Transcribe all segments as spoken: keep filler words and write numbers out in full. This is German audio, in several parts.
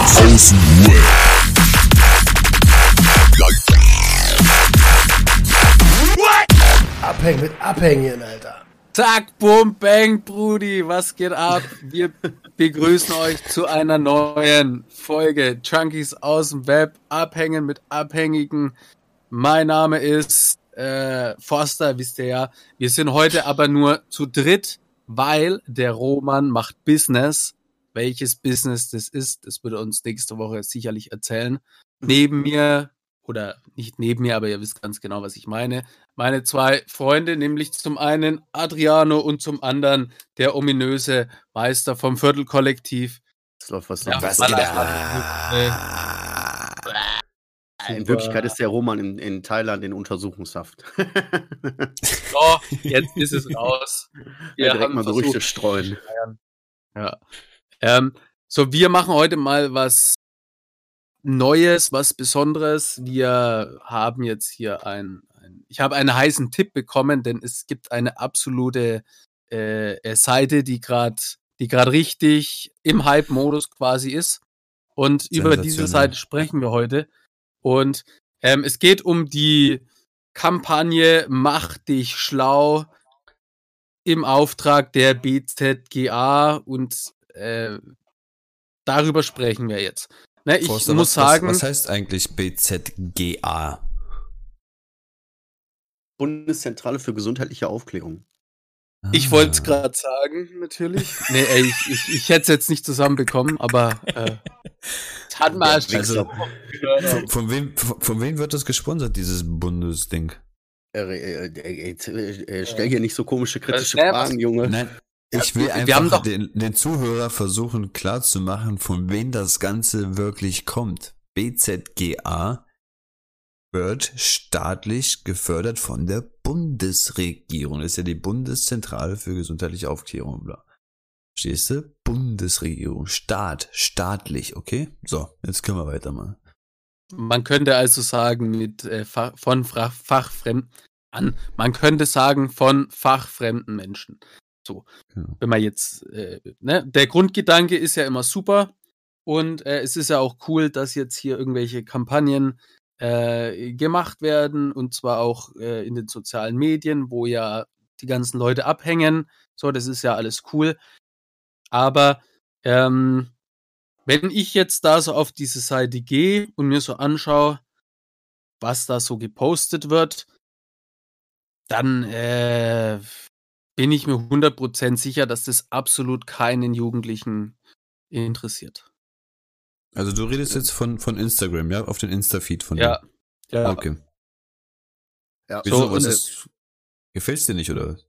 Außenweb. Abhängen mit Abhängen, Alter. Zack, bum, bang, Brudi, was geht ab? Wir begrüßen euch zu einer neuen Folge Junkies aus dem Web, Abhängen mit Abhängigen. Mein Name ist äh, Forster, wisst ihr ja. Wir sind heute aber nur zu dritt, weil der Roman macht Business. Welches Business das ist, das wird er uns nächste Woche sicherlich erzählen. Neben mir, oder nicht neben mir, aber ihr wisst ganz genau, was ich meine, meine zwei Freunde, nämlich zum einen Adriano und zum anderen der ominöse Meister vom Viertelkollektiv. Das läuft was Ja, was was geht geht ab? In Wirklichkeit ist der Roman in, in Thailand in Untersuchungshaft. So, jetzt ist es raus. Wir ja, direkt mal Gerüchte streuen. Ja. Ähm, so, wir machen heute mal was Neues, was Besonderes. Wir haben jetzt hier ein, ein ich habe einen heißen Tipp bekommen, denn es gibt eine absolute äh, Seite, die gerade die gerade richtig im Hype-Modus quasi ist. Und über diese Seite sprechen wir heute. Und ähm, es geht um die Kampagne Mach dich schlau im Auftrag der B Z G A und äh, darüber sprechen wir jetzt. Ne, ich Forster, muss was, sagen... Was, was heißt eigentlich B Z G A? Bundeszentrale für gesundheitliche Aufklärung. Ich wollte es gerade sagen, natürlich. Nee, ey, ich, ich, ich hätte es jetzt nicht zusammenbekommen, aber äh, hat man also, von, von, wem, von, von wem wird das gesponsert, dieses Bundesding? Äh, äh, äh, äh, stell hier nicht so komische, kritische äh, Fragen, Junge. Nein, ich will wir einfach haben doch den, den Zuhörer versuchen klarzumachen, von wem das Ganze wirklich kommt. B Z G A wird staatlich gefördert von der Bundesregierung. Das ist ja die Bundeszentrale für gesundheitliche Aufklärung. Bla. Verstehst du? Bundesregierung, Staat, staatlich, okay? So, jetzt können wir weitermachen. Man könnte also sagen, mit äh, Fach, von Fach, fachfremden an, man könnte sagen, von fachfremden Menschen. So, ja. Wenn man jetzt, äh, ne, der Grundgedanke ist ja immer super und äh, es ist ja auch cool, dass jetzt hier irgendwelche Kampagnen äh, gemacht werden und zwar auch äh, in den sozialen Medien, wo ja die ganzen Leute abhängen. So, das ist ja alles cool. Aber ähm, wenn ich jetzt da so auf diese Seite gehe und mir so anschaue, was da so gepostet wird, dann äh, bin ich mir hundert Prozent sicher, dass das absolut keinen Jugendlichen interessiert. Also du redest jetzt von, von Instagram, ja? Auf den Insta-Feed von ja. dir? Ja. Okay. Ja. Wieso, so, was und ist, gefällt's dir nicht, oder was?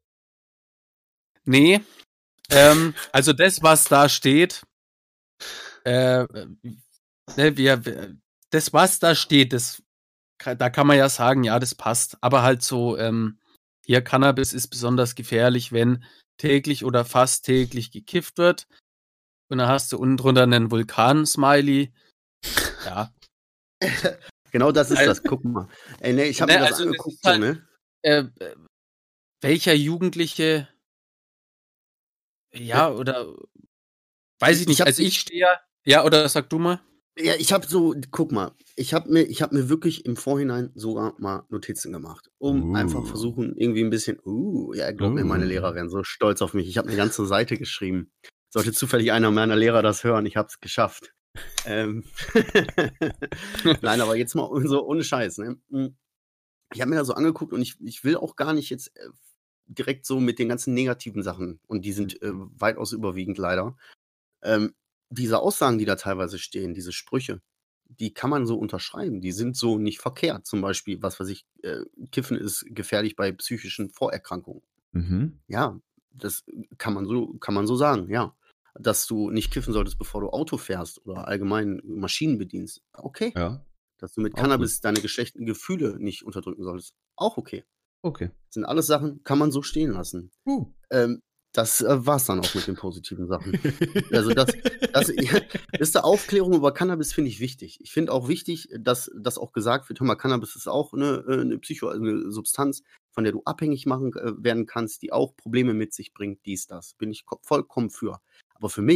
Nee. ähm, also das, was da steht, äh, ne, wir, das, was da steht, das, da kann man ja sagen, ja, das passt. Aber halt so, ähm, hier Cannabis ist besonders gefährlich, wenn täglich oder fast täglich gekifft wird. Und dann hast du unten drunter einen Vulkan-Smiley. Ja. Genau das ist das, guck mal. Ey, nee, ich habe ne, mir das also angeguckt, das halt, so, ne? Äh, welcher Jugendliche, ja, oder, weiß ich nicht, ich hab, also ich stehe ja, ja, oder sag du mal? Ja, ich habe so, guck mal, ich habe mir, ich habe mir wirklich im Vorhinein sogar mal Notizen gemacht, um uh. einfach versuchen, irgendwie ein bisschen, uh, ja, glaub uh. mir, meine Lehrer wären so stolz auf mich. Ich habe eine ganze Seite geschrieben. Sollte zufällig einer meiner Lehrer das hören, ich habe es geschafft. ähm. Nein, aber jetzt mal so ohne Scheiß, ne? Ich habe mir da so angeguckt und ich, ich will auch gar nicht jetzt äh, direkt so mit den ganzen negativen Sachen, und die sind äh, weitaus überwiegend leider, ähm, diese Aussagen, die da teilweise stehen, diese Sprüche, die kann man so unterschreiben. Die sind so nicht verkehrt. Zum Beispiel, was weiß ich, äh, Kiffen ist gefährlich bei psychischen Vorerkrankungen. Mhm. Ja, das kann man so, kann man so sagen, ja. Dass du nicht kiffen solltest, bevor du Auto fährst oder allgemein Maschinen bedienst. Okay. Ja. Dass du mit Auch Cannabis gut. deine geschlechten Gefühle nicht unterdrücken solltest. Auch okay. Okay. Das sind alles Sachen, kann man so stehen lassen. Uh. Ähm, Das äh, war's dann auch mit den positiven Sachen. Also das, das ist der Aufklärung über Cannabis, finde ich wichtig. Ich finde auch wichtig, dass das auch gesagt wird, hör mal, Cannabis ist auch eine, eine Psycho, also eine Substanz, von der du abhängig machen äh, werden kannst, die auch Probleme mit sich bringt, dies, das. Bin ich ko- vollkommen für. Aber für mich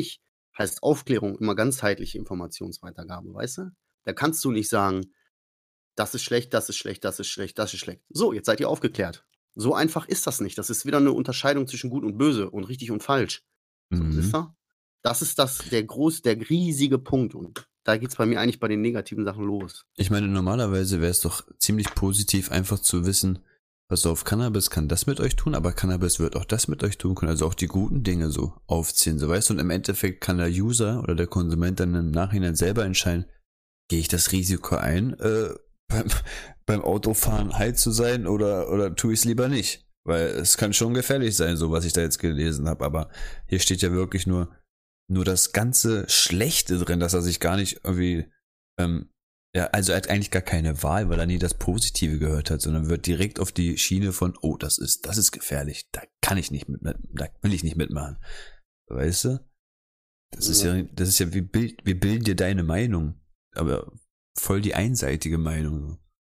heißt Aufklärung immer ganzheitliche Informationsweitergabe, weißt du? Da kannst du nicht sagen, das ist schlecht, das ist schlecht, das ist schlecht, das ist schlecht. So, jetzt seid ihr aufgeklärt. So einfach ist das nicht. Das ist wieder eine Unterscheidung zwischen gut und böse und richtig und falsch. So, Mhm. siehst du? Das ist das, der groß, der riesige Punkt. Und da geht es bei mir eigentlich bei den negativen Sachen los. Ich meine, normalerweise wäre es doch ziemlich positiv, einfach zu wissen, pass auf, Cannabis kann das mit euch tun, aber Cannabis wird auch das mit euch tun können. Also auch die guten Dinge so aufziehen, so weißt du. Und im Endeffekt kann der User oder der Konsument dann im Nachhinein selber entscheiden, gehe ich das Risiko ein, äh, beim, beim Autofahren high zu sein oder, oder tue ich es lieber nicht? Weil es kann schon gefährlich sein, so was ich da jetzt gelesen habe. Aber hier steht ja wirklich nur, nur das ganze Schlechte drin, dass er sich gar nicht irgendwie, ähm, ja, also er hat eigentlich gar keine Wahl, weil er nie das Positive gehört hat, sondern wird direkt auf die Schiene von, oh, das ist, das ist gefährlich, da kann ich nicht mit, da will ich nicht mitmachen. Weißt du? Das ist ja, das ist ja, wir, bild, wir bilden dir deine Meinung, aber voll die einseitige Meinung.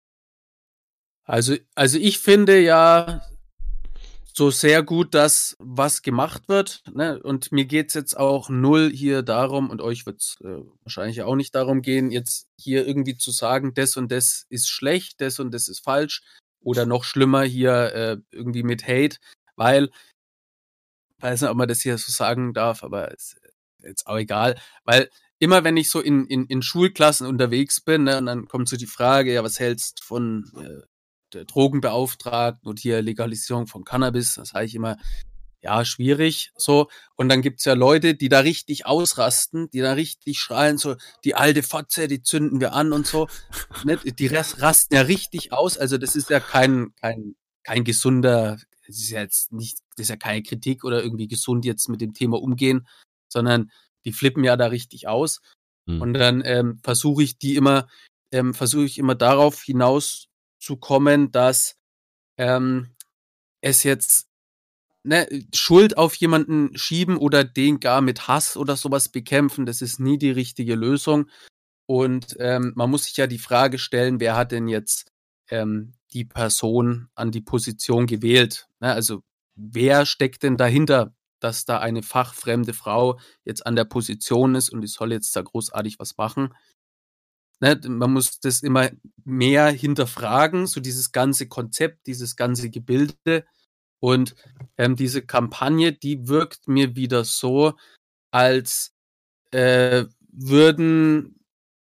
Also, also ich finde ja so sehr gut, dass was gemacht wird, ne? Und mir geht's jetzt auch null hier darum, und euch wird's äh, wahrscheinlich auch nicht darum gehen, jetzt hier irgendwie zu sagen, das und das ist schlecht, das und das ist falsch, oder noch schlimmer hier äh, irgendwie mit Hate, weil, ich weiß nicht, ob man das hier so sagen darf, aber ist jetzt auch egal, weil immer wenn ich so in, in, in Schulklassen unterwegs bin, ne, und dann kommt so die Frage, ja, was hältst du von äh, der Drogenbeauftragten und hier Legalisierung von Cannabis, das sage ich immer, ja, schwierig, so. Und dann gibt's ja Leute, die da richtig ausrasten, die da richtig schreien, so, die alte Fotze, die zünden wir an und so. Ne? Die rasten ja richtig aus, also das ist ja kein, kein, kein gesunder, das ist ja jetzt nicht, das ist ja keine Kritik oder irgendwie gesund jetzt mit dem Thema umgehen, sondern die flippen ja da richtig aus. Hm. Und dann ähm, versuche ich die immer, ähm, versuche ich immer darauf hinaus zu kommen, dass ähm, es jetzt ne, Schuld auf jemanden schieben oder den gar mit Hass oder sowas bekämpfen, das ist nie die richtige Lösung. Und ähm, man muss sich ja die Frage stellen, wer hat denn jetzt ähm, die Person an die Position gewählt? Ne, also wer steckt denn dahinter, dass da eine fachfremde Frau jetzt an der Position ist und die soll jetzt da großartig was machen? Ne, man muss das immer mehr hinterfragen, so dieses ganze Konzept, dieses ganze Gebilde. Und ähm, diese Kampagne, die wirkt mir wieder so, als äh, würden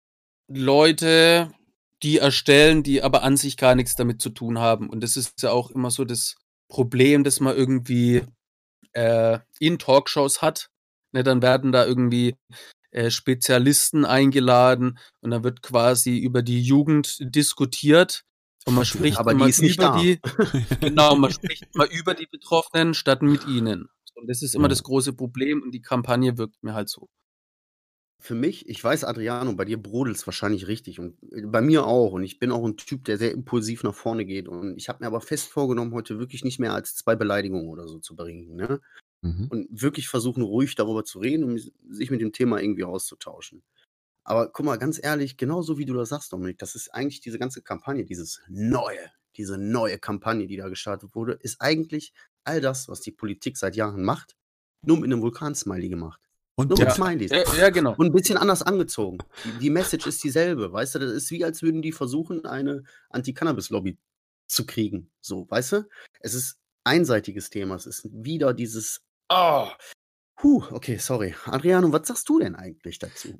Leute die erstellen, die aber an sich gar nichts damit zu tun haben. Und das ist ja auch immer so das Problem, das man irgendwie äh, in Talkshows hat. Ne, dann werden da irgendwie äh, Spezialisten eingeladen und dann wird quasi über die Jugend diskutiert. Und man spricht Aber immer die ist nicht über da. die, genau, man spricht immer über die Betroffenen statt mit ihnen. Und das ist immer Ja. das große Problem und die Kampagne wirkt mir halt so. Für mich, ich weiß, Adriano, bei dir brodelt es wahrscheinlich richtig und bei mir auch. Und ich bin auch ein Typ, der sehr impulsiv nach vorne geht. Und ich habe mir aber fest vorgenommen, heute wirklich nicht mehr als zwei Beleidigungen oder so zu bringen. Ne? Mhm. Und wirklich versuchen, ruhig darüber zu reden und sich mit dem Thema irgendwie auszutauschen. Aber guck mal, ganz ehrlich, genauso wie du das sagst, Dominik, das ist eigentlich diese ganze Kampagne, dieses neue, diese neue Kampagne, die da gestartet wurde, ist eigentlich all das, was die Politik seit Jahren macht, nur mit einem Vulkansmiley gemacht. Und Nur der, mit Smileys. Ja, ja genau. Und ein bisschen anders angezogen. Die, die Message ist dieselbe, weißt du? Das ist wie, als würden die versuchen, eine Anti-Cannabis-Lobby zu kriegen. So, weißt du? Es ist einseitiges Thema. Es ist wieder dieses, oh, puh, okay, sorry. Adriano, was sagst du denn eigentlich dazu?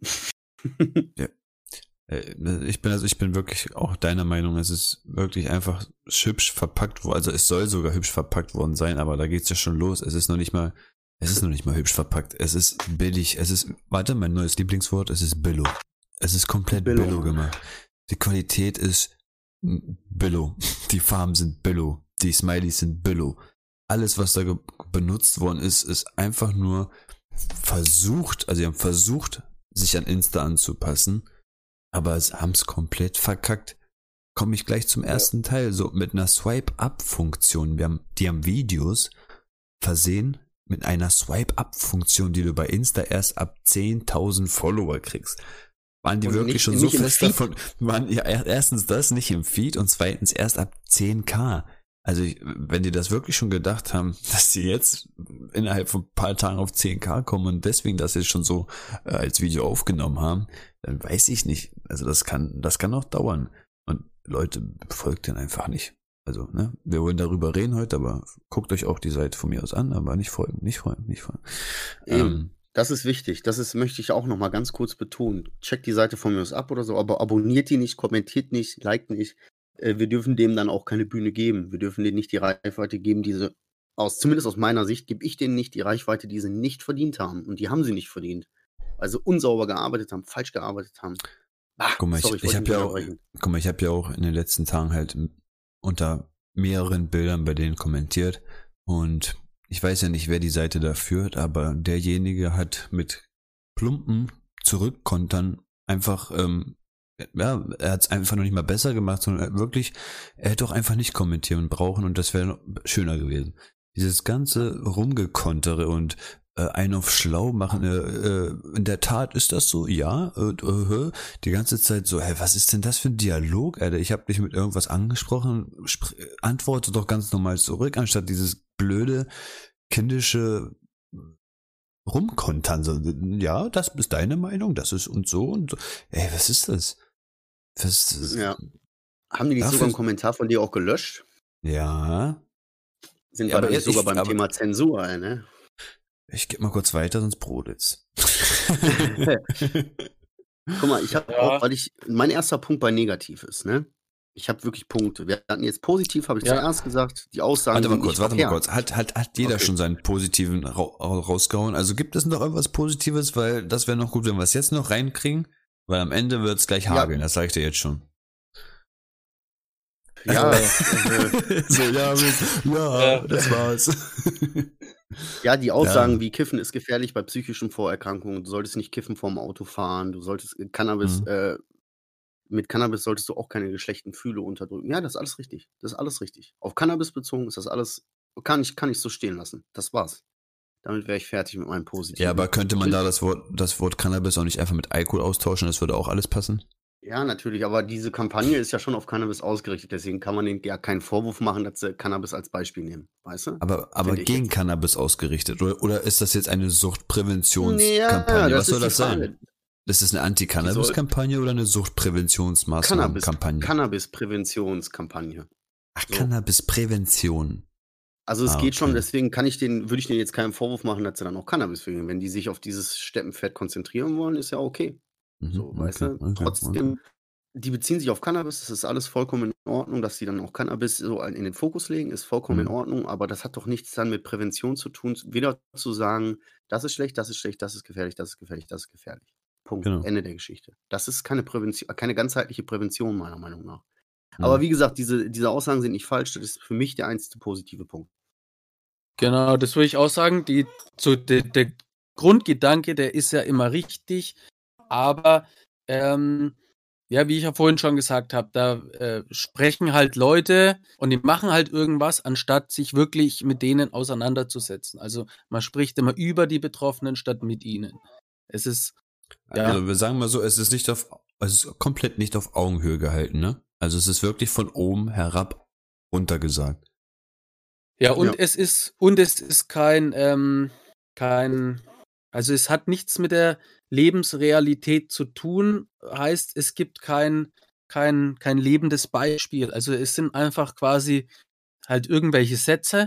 Äh, Ich bin also ich bin wirklich auch deiner Meinung, es ist wirklich einfach hübsch verpackt worden, also es soll sogar hübsch verpackt worden sein, aber da geht's ja schon los. Es ist noch nicht mal, es ist noch nicht mal hübsch verpackt. Es ist billig. Es ist, warte, mein neues Lieblingswort, es ist Billo. Es ist komplett Billo. Billo gemacht. Die Qualität ist Billo. Die Farben sind Billo. Die Smileys sind Billo. Alles, was da ge- benutzt worden ist, ist einfach nur versucht, also sie haben versucht, sich an Insta anzupassen, aber sie haben es komplett verkackt. Komme ich gleich zum ersten Teil, so mit einer Swipe-Up-Funktion. Wir haben, die haben Videos versehen mit einer Swipe-Up-Funktion, die du bei Insta erst ab zehntausend Follower kriegst. Waren die Und wirklich nicht- schon so nicht im fest Feed. davon, waren ja er- erstens das nicht im Feed und zweitens erst ab zehn K. Also ich, wenn die das wirklich schon gedacht haben, dass die jetzt innerhalb von ein paar Tagen auf zehn K kommen und deswegen das jetzt schon so äh, als Video aufgenommen haben, dann weiß ich nicht. Also das kann, das kann noch dauern. Und Leute, folgt denen einfach nicht. Also, ne, wir wollen darüber reden heute, aber guckt euch auch die Seite von mir aus an, aber nicht folgen, nicht folgen, nicht folgen. Eben. Ähm, Das ist wichtig. Das ist, möchte ich auch nochmal ganz kurz betonen. Checkt die Seite von mir aus ab oder so, aber abonniert die nicht, kommentiert nicht, liked nicht. Äh, wir dürfen dem dann auch keine Bühne geben. Wir dürfen denen nicht die Reichweite geben, die sie, aus, zumindest aus meiner Sicht, gebe ich denen nicht die Reichweite, die sie nicht verdient haben. Und die haben sie nicht verdient. Weil sie unsauber gearbeitet haben, falsch gearbeitet haben. Ah, guck mal, sorry, ich, ich habe ja auch, guck mal, ich habe ja auch in den letzten Tagen halt unter mehreren Bildern bei denen kommentiert und ich weiß ja nicht, wer die Seite da führt, aber derjenige hat mit plumpen Zurückkontern einfach, ähm, ja, er hat es einfach noch nicht mal besser gemacht, sondern wirklich, er hätte doch einfach nicht kommentieren brauchen und das wäre schöner gewesen. Dieses ganze Rumgekontere und äh, einen auf schlau machen, äh, äh, in der Tat ist das so, ja, äh, äh, die ganze Zeit so, hey, was ist denn das für ein Dialog, Alter? Ich habe dich mit irgendwas angesprochen, sp- antworte doch ganz normal zurück, anstatt dieses blöde, kindische Rumkontern. So, ja, das ist deine Meinung, das ist und so und so. Ey, was ist das? Was ist das? Ja. Haben die nicht Dafür- sogar einen Kommentar von dir auch gelöscht? Ja, Sind Ja, wir aber dann jetzt- sogar ich- beim aber- Thema Zensur, ne? ich geh mal kurz weiter, sonst brodelt's. Guck mal, ich habe Ja. auch, weil ich, mein erster Punkt bei negativ ist, ne? Ich habe wirklich Punkte. Wir hatten jetzt positiv, habe ich Ja. zuerst gesagt, die Aussagen Warte mal sind kurz, nicht warte mal verkehrt. kurz. Hat, hat, hat jeder Okay. schon seinen positiven ra rausgehauen? Also gibt es noch irgendwas Positives? Weil das wäre noch gut, wenn wir es jetzt noch reinkriegen. Weil am Ende wird es gleich Ja. hageln, das sage ich dir jetzt schon. Ja, äh, so, ja, ja, Ja. das war's. ja, die Aussagen Ja. wie Kiffen ist gefährlich bei psychischen Vorerkrankungen, du solltest nicht kiffen vorm Auto fahren, du solltest äh, Cannabis, Mhm. äh, mit Cannabis solltest du auch keine geschlechten Gefühle unterdrücken. Ja, das ist alles richtig. Das ist alles richtig. Auf Cannabis bezogen ist das alles, kann ich, kann ich so stehen lassen. Das war's. Damit wäre ich fertig mit meinem Positiven. Ja, aber könnte man da das Wort, das Wort Cannabis auch nicht einfach mit Alkohol austauschen? Das würde auch alles passen? Ja, natürlich, aber diese Kampagne ist ja schon auf Cannabis ausgerichtet, deswegen kann man denen ja keinen Vorwurf machen, dass sie Cannabis als Beispiel nehmen, weißt du? Aber, aber Finde ich gegen jetzt. Cannabis ausgerichtet? Oder, oder ist das jetzt eine Ja, Suchtpräventionskampagne? das Was soll ist die das sein? Frage. Ist das eine Anti-Cannabis-Kampagne oder eine Cannabis, Suchtpräventionsmaßnahmen-Kampagne? Cannabis-Präventionskampagne. Ach, So. Cannabisprävention. Also es Ah, geht schon, okay. deswegen kann ich den, würde ich denen jetzt keinen Vorwurf machen, dass sie dann auch Cannabis fühlen. Wenn die sich auf dieses Steppenpferd konzentrieren wollen, ist ja okay. Mhm, So, weißt okay, du? okay, Trotzdem, okay. die beziehen sich auf Cannabis, das ist alles vollkommen in Ordnung, dass sie dann auch Cannabis so in den Fokus legen, ist vollkommen in Mhm. Ordnung, aber das hat doch nichts dann mit Prävention zu tun, weder zu sagen, das ist schlecht, das ist schlecht, das ist gefährlich, das ist gefährlich, das ist gefährlich. Punkt. Genau. Ende der Geschichte. Das ist keine Prävention, keine ganzheitliche Prävention, meiner Meinung nach. Aber Mhm. wie gesagt, diese, diese Aussagen sind nicht falsch, das ist für mich der einzige positive Punkt. Genau, das würde ich auch sagen. Die, so der, der Grundgedanke, der ist ja immer richtig, aber ähm, ja, wie ich ja vorhin schon gesagt habe, da äh, sprechen halt Leute und die machen halt irgendwas, anstatt sich wirklich mit denen auseinanderzusetzen. Also man spricht immer über die Betroffenen statt mit ihnen. Es ist, ja, Also wir sagen mal so, es ist nicht auf, es ist komplett nicht auf Augenhöhe gehalten, ne? Also es ist wirklich von oben herab runtergesagt. ja, und Ja. es ist, und es ist kein, ähm, kein, also es hat nichts mit der Lebensrealität zu tun, heißt, es gibt kein, kein, kein lebendes Beispiel. Also es sind einfach quasi halt irgendwelche Sätze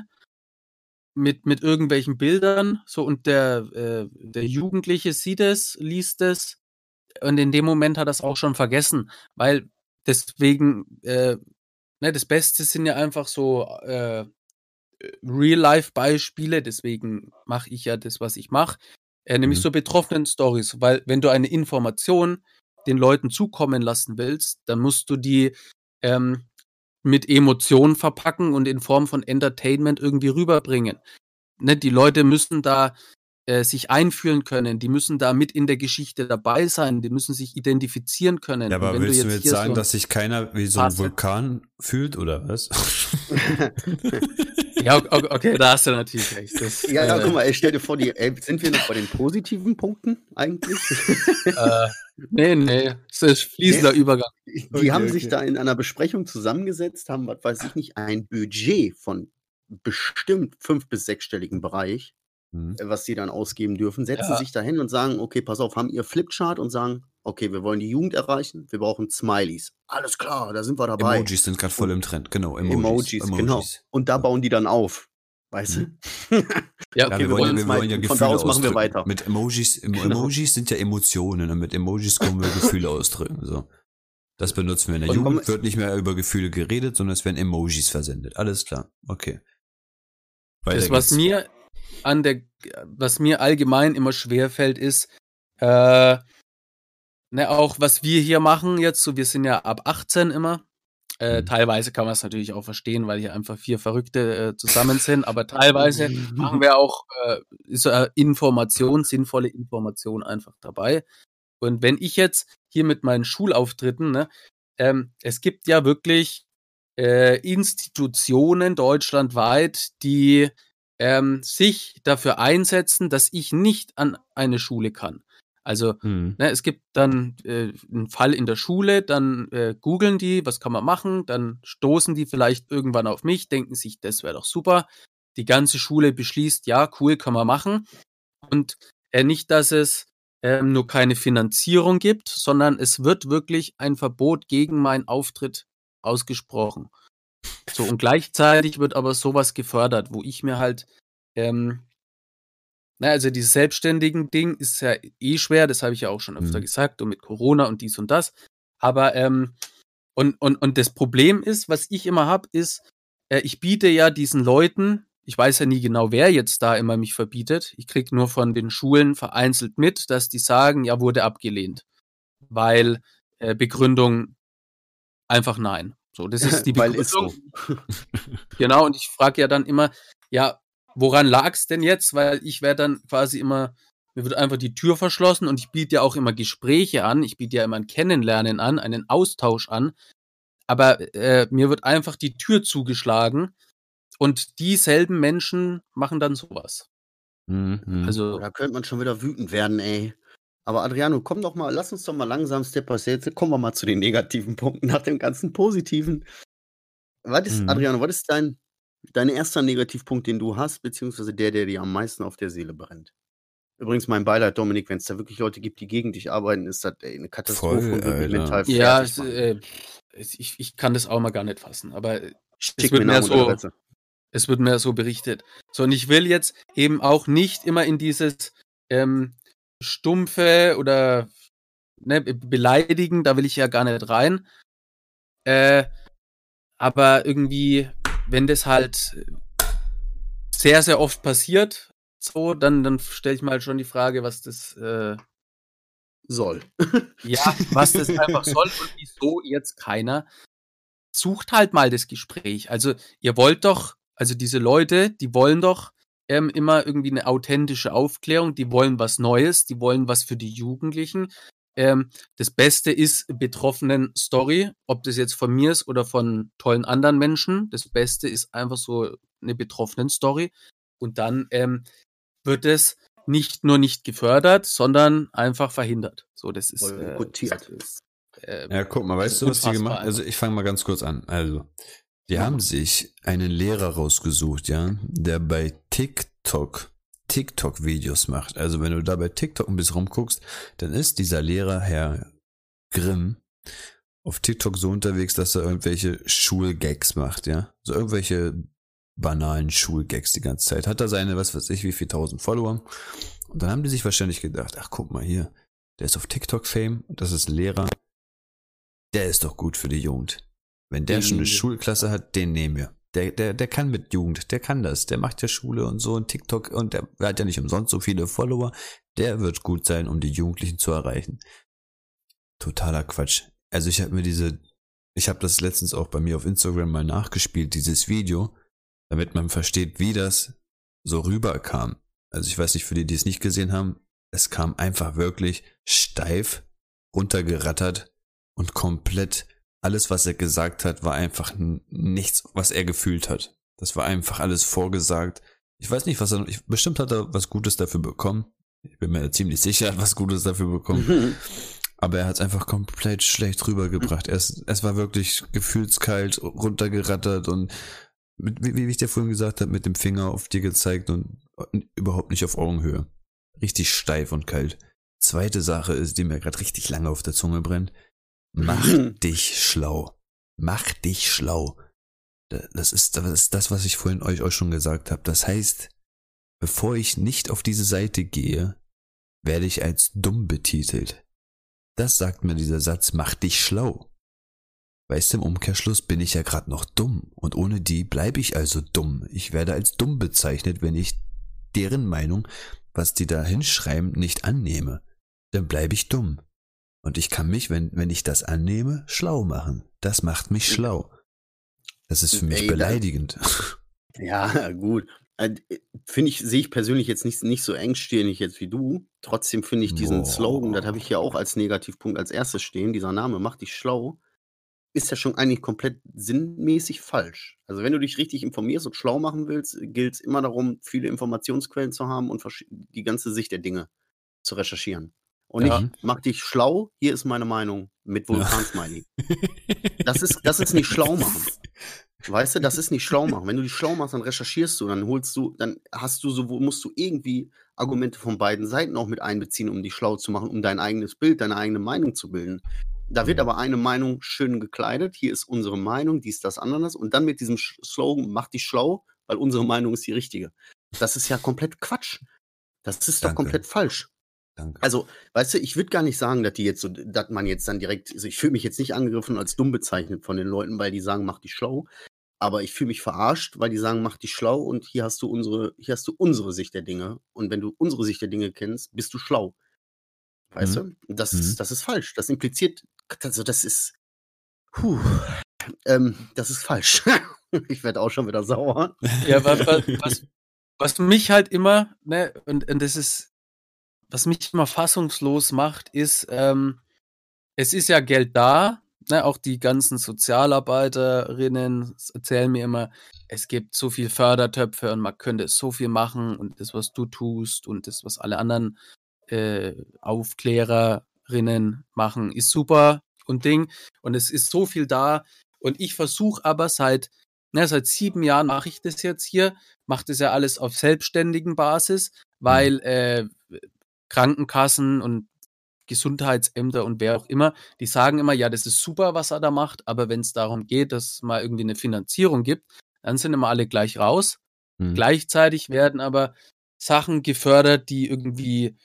mit, mit irgendwelchen Bildern, so, und der, äh, der Jugendliche sieht es, liest es, und in dem Moment hat er es auch schon vergessen, weil deswegen, äh, ne, das Beste sind ja einfach so äh, Real-Life-Beispiele, deswegen mache ich ja das, was ich mache, äh, nämlich Mhm. so Betroffenen-Stories, weil wenn du eine Information den Leuten zukommen lassen willst, dann musst du die ähm, mit Emotionen verpacken und in Form von Entertainment irgendwie rüberbringen. Ne, die Leute müssen da äh, sich einfühlen können, die müssen da mit in der Geschichte dabei sein, die müssen sich identifizieren können. Ja, Und aber wenn willst du du jetzt jetzt hier sagen, so dass sich keiner wie so ein Passe- Vulkan fühlt, oder was? Ja, okay, okay, da hast du natürlich recht. Das, Ja, ja, äh, guck mal, ey, stell dir vor, die, ey, sind wir noch bei den positiven Punkten eigentlich? äh, nee, nee, es ist fließender Übergang. Die Okay, haben okay. sich da in einer Besprechung zusammengesetzt, haben, was weiß ich nicht, ein Budget von bestimmt fünf- bis sechsstelligen Bereich, Mhm. äh, was sie dann ausgeben dürfen, setzen Ja. sich da hin und sagen, okay, pass auf, haben ihr Flipchart und sagen, okay, wir wollen die Jugend erreichen, wir brauchen Smileys. Alles klar, da sind wir dabei. Emojis sind gerade voll im Trend, genau. Emojis. Emojis, genau. Und da bauen die dann auf. Weißt Mhm. du? Ja, Ja, okay, wir, wir wollen, wollen ja, wir wollen ja Von Gefühle da aus machen wir ausdrücken. weiter. Mit Emojis, Em- Genau. Emojis sind ja Emotionen und mit Emojis können wir Gefühle ausdrücken. So. Das benutzen wir in der Und Jugend, komm- wird nicht mehr über Gefühle geredet, sondern es werden Emojis versendet. Alles klar, okay. Weiter Das, was geht's. mir an der, was mir allgemein immer schwerfällt, ist, äh, ne, auch was wir hier machen jetzt, so wir sind ja ab achtzehn immer. Äh, Mhm. Teilweise kann man es natürlich auch verstehen, weil hier einfach vier Verrückte äh, zusammen sind, aber teilweise machen wir auch äh, ist äh, Information, sinnvolle Information einfach dabei. Und wenn ich jetzt hier mit meinen Schulauftritten, ne, ähm, es gibt ja wirklich äh, Institutionen deutschlandweit, die ähm, sich dafür einsetzen, dass ich nicht an eine Schule kann. Also Mhm. ne, es gibt dann äh, einen Fall in der Schule, dann äh, googeln die, was kann man machen, dann stoßen die vielleicht irgendwann auf mich, denken sich, das wäre doch super. Die ganze Schule beschließt, ja, cool, kann man machen. Und äh, nicht, dass es ähm, nur keine Finanzierung gibt, sondern es wird wirklich ein Verbot gegen meinen Auftritt ausgesprochen. So, und gleichzeitig wird aber sowas gefördert, wo ich mir halt, ähm, na, also dieses selbstständigen Ding ist ja eh schwer, das habe ich ja auch schon öfter Mhm. gesagt, und mit Corona und dies und das. Aber, ähm, und, und, und das Problem ist, was ich immer habe, ist, äh, ich biete ja diesen Leuten, ich weiß ja nie genau, wer jetzt da immer mich verbietet, ich kriege nur von den Schulen vereinzelt mit, dass die sagen, ja, wurde abgelehnt. Weil äh, Begründung einfach nein. So, das ist die Weil ist Begründung. so. Genau, und ich frage ja dann immer, ja, woran lag's denn jetzt? Weil ich werde dann quasi immer, mir wird einfach die Tür verschlossen und ich biete ja auch immer Gespräche an, ich biete ja immer ein Kennenlernen an, einen Austausch an, aber äh, mir wird einfach die Tür zugeschlagen und dieselben Menschen machen dann sowas. Mhm. Mhm. Also, Da könnte man schon wieder wütend werden, ey. Aber Adriano, komm doch mal, lass uns doch mal langsam Step by Step, kommen wir mal zu den negativen Punkten nach dem ganzen Positiven. Was ist, Mhm. Adriano, was ist dein, dein erster Negativpunkt, den du hast, beziehungsweise der, der dir am meisten auf der Seele brennt? Übrigens, mein Beileid, Dominik, wenn es da wirklich Leute gibt, die gegen dich arbeiten, ist das ey, eine Katastrophe Voll, und wird mich Alter. mental fertig ja, es, machen. äh, es, ich, ich kann das auch mal gar nicht fassen, aber es Schick wird mir mehr Namen und so, Adresse. es wird mehr so berichtet. So, und ich will jetzt eben auch nicht immer in dieses ähm, stumpfe oder ne, be- beleidigen, da will ich ja gar nicht rein. Äh, aber irgendwie, wenn das halt sehr, sehr oft passiert, so, dann, dann stelle ich mal halt schon die Frage, was das, äh, Soll. ja, was das einfach soll und wieso jetzt keiner sucht halt mal das Gespräch. Also ihr wollt doch, also diese Leute, die wollen doch ähm, immer irgendwie eine authentische Aufklärung, die wollen was Neues, die wollen was für die Jugendlichen. Ähm, das Beste ist betroffenen Story, ob das jetzt von mir ist oder von tollen anderen Menschen. Das Beste ist einfach so eine betroffenen Story. Und dann ähm, wird es nicht nur nicht gefördert, sondern einfach verhindert. So, das ist, Voll äh, gutiert. ist, äh, Ja, guck mal, weißt du, was die unfassbar gemacht haben? Also, ich fange mal ganz kurz an. Also, die Ja. haben sich einen Lehrer rausgesucht, ja, der bei TikTok TikTok-Videos macht. Also, wenn du da bei TikTok ein bisschen rumguckst, dann ist dieser Lehrer, Herr Grimm, auf TikTok so unterwegs, dass er irgendwelche Schulgags macht, ja. So irgendwelche banalen Schulgags die ganze Zeit. Hat er seine, was weiß ich, wie viel tausend Follower. Und dann haben die sich wahrscheinlich gedacht, ach, guck mal hier, der ist auf TikTok-Fame und das ist ein Lehrer. Der ist doch gut für die Jugend. Wenn der Den schon eine nehmen wir. Schulklasse hat, den nehmen wir. Der, der, der kann mit Jugend, der kann das. Der macht ja Schule und so und TikTok und der, der hat ja nicht umsonst so viele Follower. Der wird gut sein, um die Jugendlichen zu erreichen. Totaler Quatsch. Also ich habe mir diese, ich habe das letztens auch bei mir auf Instagram mal nachgespielt, dieses Video, damit man versteht, wie das so rüberkam. Also ich weiß nicht, für die, die es nicht gesehen haben, es kam einfach wirklich steif runtergerattert und komplett alles, was er gesagt hat, war einfach n- nichts, was er gefühlt hat. Das war einfach alles vorgesagt. Ich weiß nicht, was er, ich, bestimmt hat er was Gutes dafür bekommen. Ich bin mir ziemlich sicher, er hat was Gutes dafür bekommen. Aber er hat es einfach komplett schlecht rübergebracht. Es, es war wirklich gefühlskalt, runtergerattert und mit, wie, wie ich dir vorhin gesagt habe, mit dem Finger auf dir gezeigt und, und überhaupt nicht auf Augenhöhe. Richtig steif und kalt. Zweite Sache ist, die mir gerade richtig lange auf der Zunge brennt. Mach dich schlau. Mach dich schlau. Das ist, das ist das, was ich vorhin euch auch schon gesagt habe. Das heißt, bevor ich nicht auf diese Seite gehe, werde ich als dumm betitelt. Das sagt mir dieser Satz, mach dich schlau. Weißt du, im Umkehrschluss bin ich ja gerade noch dumm und ohne die bleibe ich also dumm. Ich werde als dumm bezeichnet, wenn ich deren Meinung, was die da hinschreiben, nicht annehme. Dann bleibe ich dumm. Und ich kann mich, wenn, wenn ich das annehme, schlau machen. Das macht mich schlau. Das ist für mich Ey, beleidigend. Ja, gut. Finde ich, sehe ich persönlich jetzt nicht, nicht so engstirnig jetzt wie du. Trotzdem finde ich diesen Boah. Slogan, das habe ich ja auch als Negativpunkt als erstes stehen, dieser Name, mach dich schlau, ist ja schon eigentlich komplett sinnmäßig falsch. Also wenn du dich richtig informierst und schlau machen willst, gilt es immer darum, viele Informationsquellen zu haben und die ganze Sicht der Dinge zu recherchieren. Und ja. nicht, mach dich schlau, hier ist meine Meinung, mit Vulkansmiley. Das ist, das ist nicht schlau machen. Weißt du, das ist nicht schlau machen. Wenn du dich schlau machst, dann recherchierst du, dann holst du, dann hast du so, musst du irgendwie Argumente von beiden Seiten auch mit einbeziehen, um dich schlau zu machen, um dein eigenes Bild, deine eigene Meinung zu bilden. Da wird aber eine Meinung schön gekleidet, hier ist unsere Meinung, dies, das, anderes, und dann mit diesem Slogan, mach dich schlau, weil unsere Meinung ist die richtige. Das ist ja komplett Quatsch. Das ist Danke. doch komplett falsch. Danke. Also, weißt du, ich würde gar nicht sagen, dass die jetzt so, dass man jetzt dann direkt, also ich fühle mich jetzt nicht angegriffen als dumm bezeichnet von den Leuten, weil die sagen, mach dich schlau. Aber ich fühle mich verarscht, weil die sagen, mach dich schlau und hier hast du unsere, hier hast du unsere Sicht der Dinge. Und wenn du unsere Sicht der Dinge kennst, bist du schlau. Weißt mhm. du? Das, mhm. ist, das ist falsch. Das impliziert, also das ist, puh, ähm, das ist falsch. Ich werde auch schon wieder sauer. Ja, was, was, was mich halt immer, ne, und, und das ist, was mich immer fassungslos macht, ist, ähm, es ist ja Geld da, ne, auch die ganzen Sozialarbeiterinnen erzählen mir immer, es gibt so viel Fördertöpfe und man könnte so viel machen und das, was du tust und das, was alle anderen äh, Aufklärerinnen machen, ist super und Ding und es ist so viel da und ich versuche aber seit, ne, seit sieben Jahren mache ich das jetzt hier, mache das ja alles auf selbstständigen Basis, weil äh, Krankenkassen und Gesundheitsämter und wer auch immer, die sagen immer, ja, das ist super, was er da macht, aber wenn es darum geht, dass es mal irgendwie eine Finanzierung gibt, dann sind immer alle gleich raus. Mhm. Gleichzeitig werden aber Sachen gefördert, die irgendwie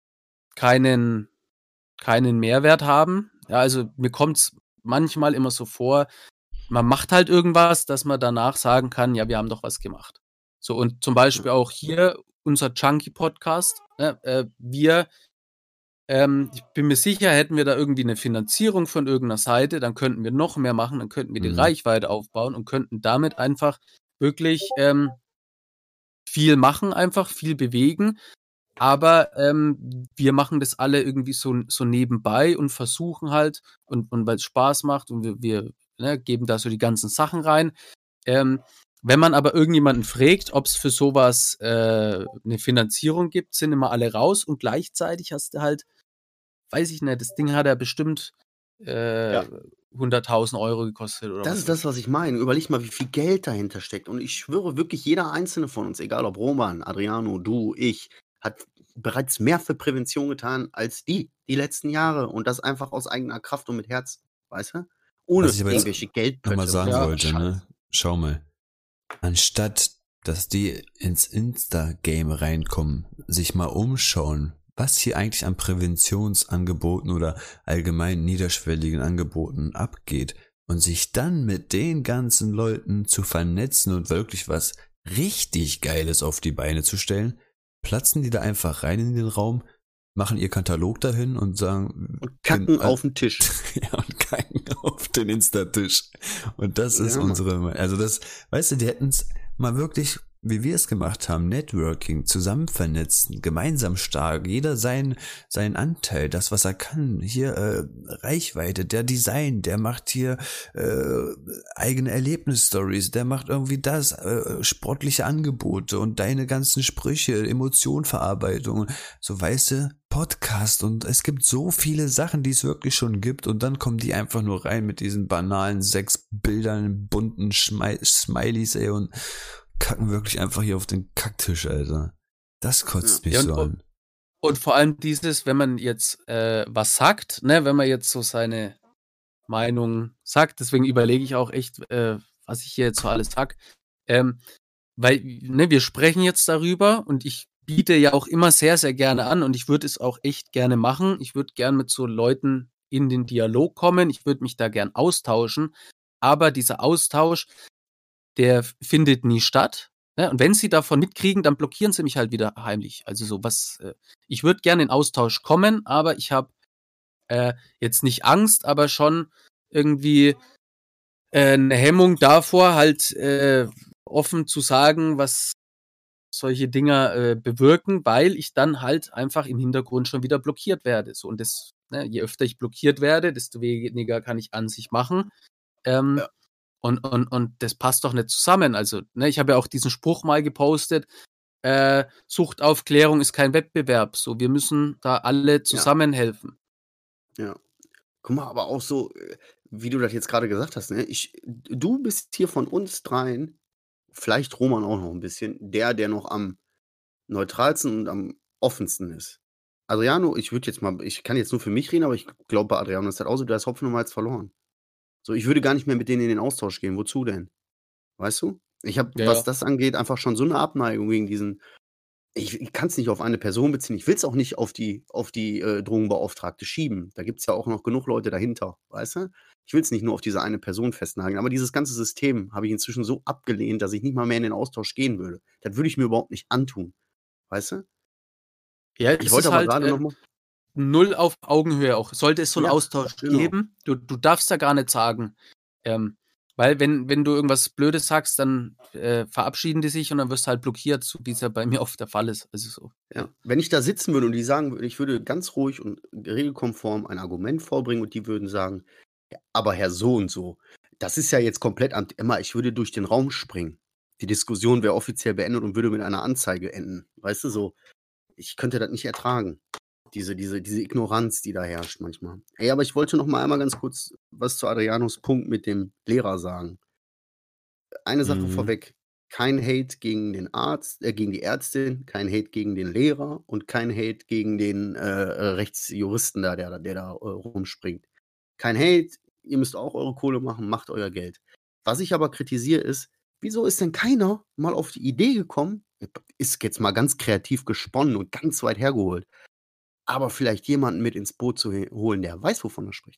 keinen, keinen Mehrwert haben. Ja, also mir kommt es manchmal immer so vor, man macht halt irgendwas, dass man danach sagen kann, ja, wir haben doch was gemacht. So, und zum Beispiel auch hier unser Junkie-Podcast, ne, äh, wir Ähm, ich bin mir sicher, hätten wir da irgendwie eine Finanzierung von irgendeiner Seite, dann könnten wir noch mehr machen, dann könnten wir die mhm. Reichweite aufbauen und könnten damit einfach wirklich ähm, viel machen, einfach viel bewegen. Aber ähm, wir machen das alle irgendwie so, so nebenbei und versuchen halt, und, und weil es Spaß macht und wir, wir ne, geben da so die ganzen Sachen rein. Ähm, wenn man aber irgendjemanden fragt, ob es für sowas äh, eine Finanzierung gibt, sind immer alle raus und gleichzeitig hast du halt, weiß ich nicht, das Ding hat ja bestimmt äh, ja. hunderttausend Euro gekostet. Oder das was ist das, was ich meine. Überleg mal, wie viel Geld dahinter steckt. Und ich schwöre wirklich, jeder einzelne von uns, egal ob Roman, Adriano, du, ich, hat bereits mehr für Prävention getan als die, die letzten Jahre. Und das einfach aus eigener Kraft und mit Herz, weißt du? Ohne irgendwelche Geldpötte. Was ich aber jetzt nochmal sagen wollte, ne? Schau mal. Anstatt, dass die ins Insta-Game reinkommen, sich mal umschauen, was hier eigentlich an Präventionsangeboten oder allgemein niederschwelligen Angeboten abgeht und sich dann mit den ganzen Leuten zu vernetzen und wirklich was richtig Geiles auf die Beine zu stellen, platzen die da einfach rein in den Raum, machen ihr Katalog dahin und sagen... Und kacken den, auf den Tisch. Ja, und kacken auf den Insta-Tisch. Und das ist ja. unsere... Also das, weißt du, die hätten es mal wirklich wie wir es gemacht haben, Networking, zusammen vernetzen, gemeinsam stark, jeder sein, seinen Anteil, das, was er kann, hier äh, Reichweite, der Design, der macht hier äh, eigene Erlebnisstories, der macht irgendwie das, äh, sportliche Angebote und deine ganzen Sprüche, Emotionverarbeitung, so weißt du, Podcast und es gibt so viele Sachen, die es wirklich schon gibt und dann kommen die einfach nur rein mit diesen banalen sechs Bildern, bunten Schmei- Smileys, ey, und kacken wirklich einfach hier auf den Kacktisch, Alter. Das kotzt mich Ja, so und, an. und vor allem dieses, wenn man jetzt äh, was sagt, ne, wenn man jetzt so seine Meinung sagt, deswegen überlege ich auch echt, äh, was ich hier jetzt so alles sag, ähm, weil, ne, wir sprechen jetzt darüber und ich biete ja auch immer sehr, sehr gerne an und ich würde es auch echt gerne machen. Ich würde gern mit so Leuten in den Dialog kommen, ich würde mich da gern austauschen, aber dieser Austausch, der findet nie statt. Ne? Und wenn sie davon mitkriegen, dann blockieren sie mich halt wieder heimlich. Also so was, äh, ich würde gerne in Austausch kommen, aber ich habe äh, jetzt nicht Angst, aber schon irgendwie äh, eine Hemmung davor, halt äh, offen zu sagen, was solche Dinger äh, bewirken, weil ich dann halt einfach im Hintergrund schon wieder blockiert werde. So, und das, ne, je öfter ich blockiert werde, desto weniger kann ich an sich machen. Ähm, Ja. Und, und, und das passt doch nicht zusammen. Also, ne, ich habe ja auch diesen Spruch mal gepostet, äh, Suchtaufklärung ist kein Wettbewerb. So, wir müssen da alle zusammen helfen. Ja. Guck mal, aber auch so, äh, wie du das jetzt gerade gesagt hast, ne? Ich, du bist hier von uns dreien, vielleicht Roman auch noch ein bisschen, der, der noch am neutralsten und am offensten ist. Adriano, ich würde jetzt mal, ich kann jetzt nur für mich reden, aber ich glaube, bei Adriano ist das auch so, der ist Hopfen und Malz verloren. So, ich würde gar nicht mehr mit denen in den Austausch gehen. Wozu denn? Weißt du? Ich habe, Ja, was ja. das angeht, einfach schon so eine Abneigung gegen diesen. Ich, ich kann es nicht auf eine Person beziehen. Ich will es auch nicht auf die, auf die äh, Drogenbeauftragte schieben. Da gibt es ja auch noch genug Leute dahinter, weißt du? Ich will es nicht nur auf diese eine Person festnageln. Aber dieses ganze System habe ich inzwischen so abgelehnt, dass ich nicht mal mehr in den Austausch gehen würde. Das würde ich mir überhaupt nicht antun. Weißt du? Ja, Ich es wollte ist aber halt gerade äh, noch mal. null auf Augenhöhe auch. Sollte es so einen Ja, Austausch genau. geben, du, du darfst da gar nicht sagen. Ähm, weil wenn, wenn du irgendwas Blödes sagst, dann äh, verabschieden die sich und dann wirst du halt blockiert, so wie es ja bei mir oft der Fall ist. Also so. Ja. Wenn ich da sitzen würde und die sagen würden, ich würde ganz ruhig und regelkonform ein Argument vorbringen und die würden sagen, ja, aber Herr so und so, das ist ja jetzt komplett an Emma, ich würde durch den Raum springen. Die Diskussion wäre offiziell beendet und würde mit einer Anzeige enden. Weißt du, so, ich könnte das nicht ertragen. Diese, diese, diese Ignoranz, die da herrscht manchmal. Ey, aber ich wollte noch mal einmal ganz kurz was zu Adrianos Punkt mit dem Lehrer sagen. Eine Sache Mhm. vorweg. Kein Hate gegen den Arzt, äh, gegen die Ärztin, kein Hate gegen den Lehrer und kein Hate gegen den äh, äh, Rechtsjuristen da, der, der da äh, rumspringt. Kein Hate, ihr müsst auch eure Kohle machen, macht euer Geld. Was ich aber kritisiere ist, wieso ist denn keiner mal auf die Idee gekommen, ist jetzt mal ganz kreativ gesponnen und ganz weit hergeholt, aber vielleicht jemanden mit ins Boot zu he- holen, der weiß, wovon er spricht.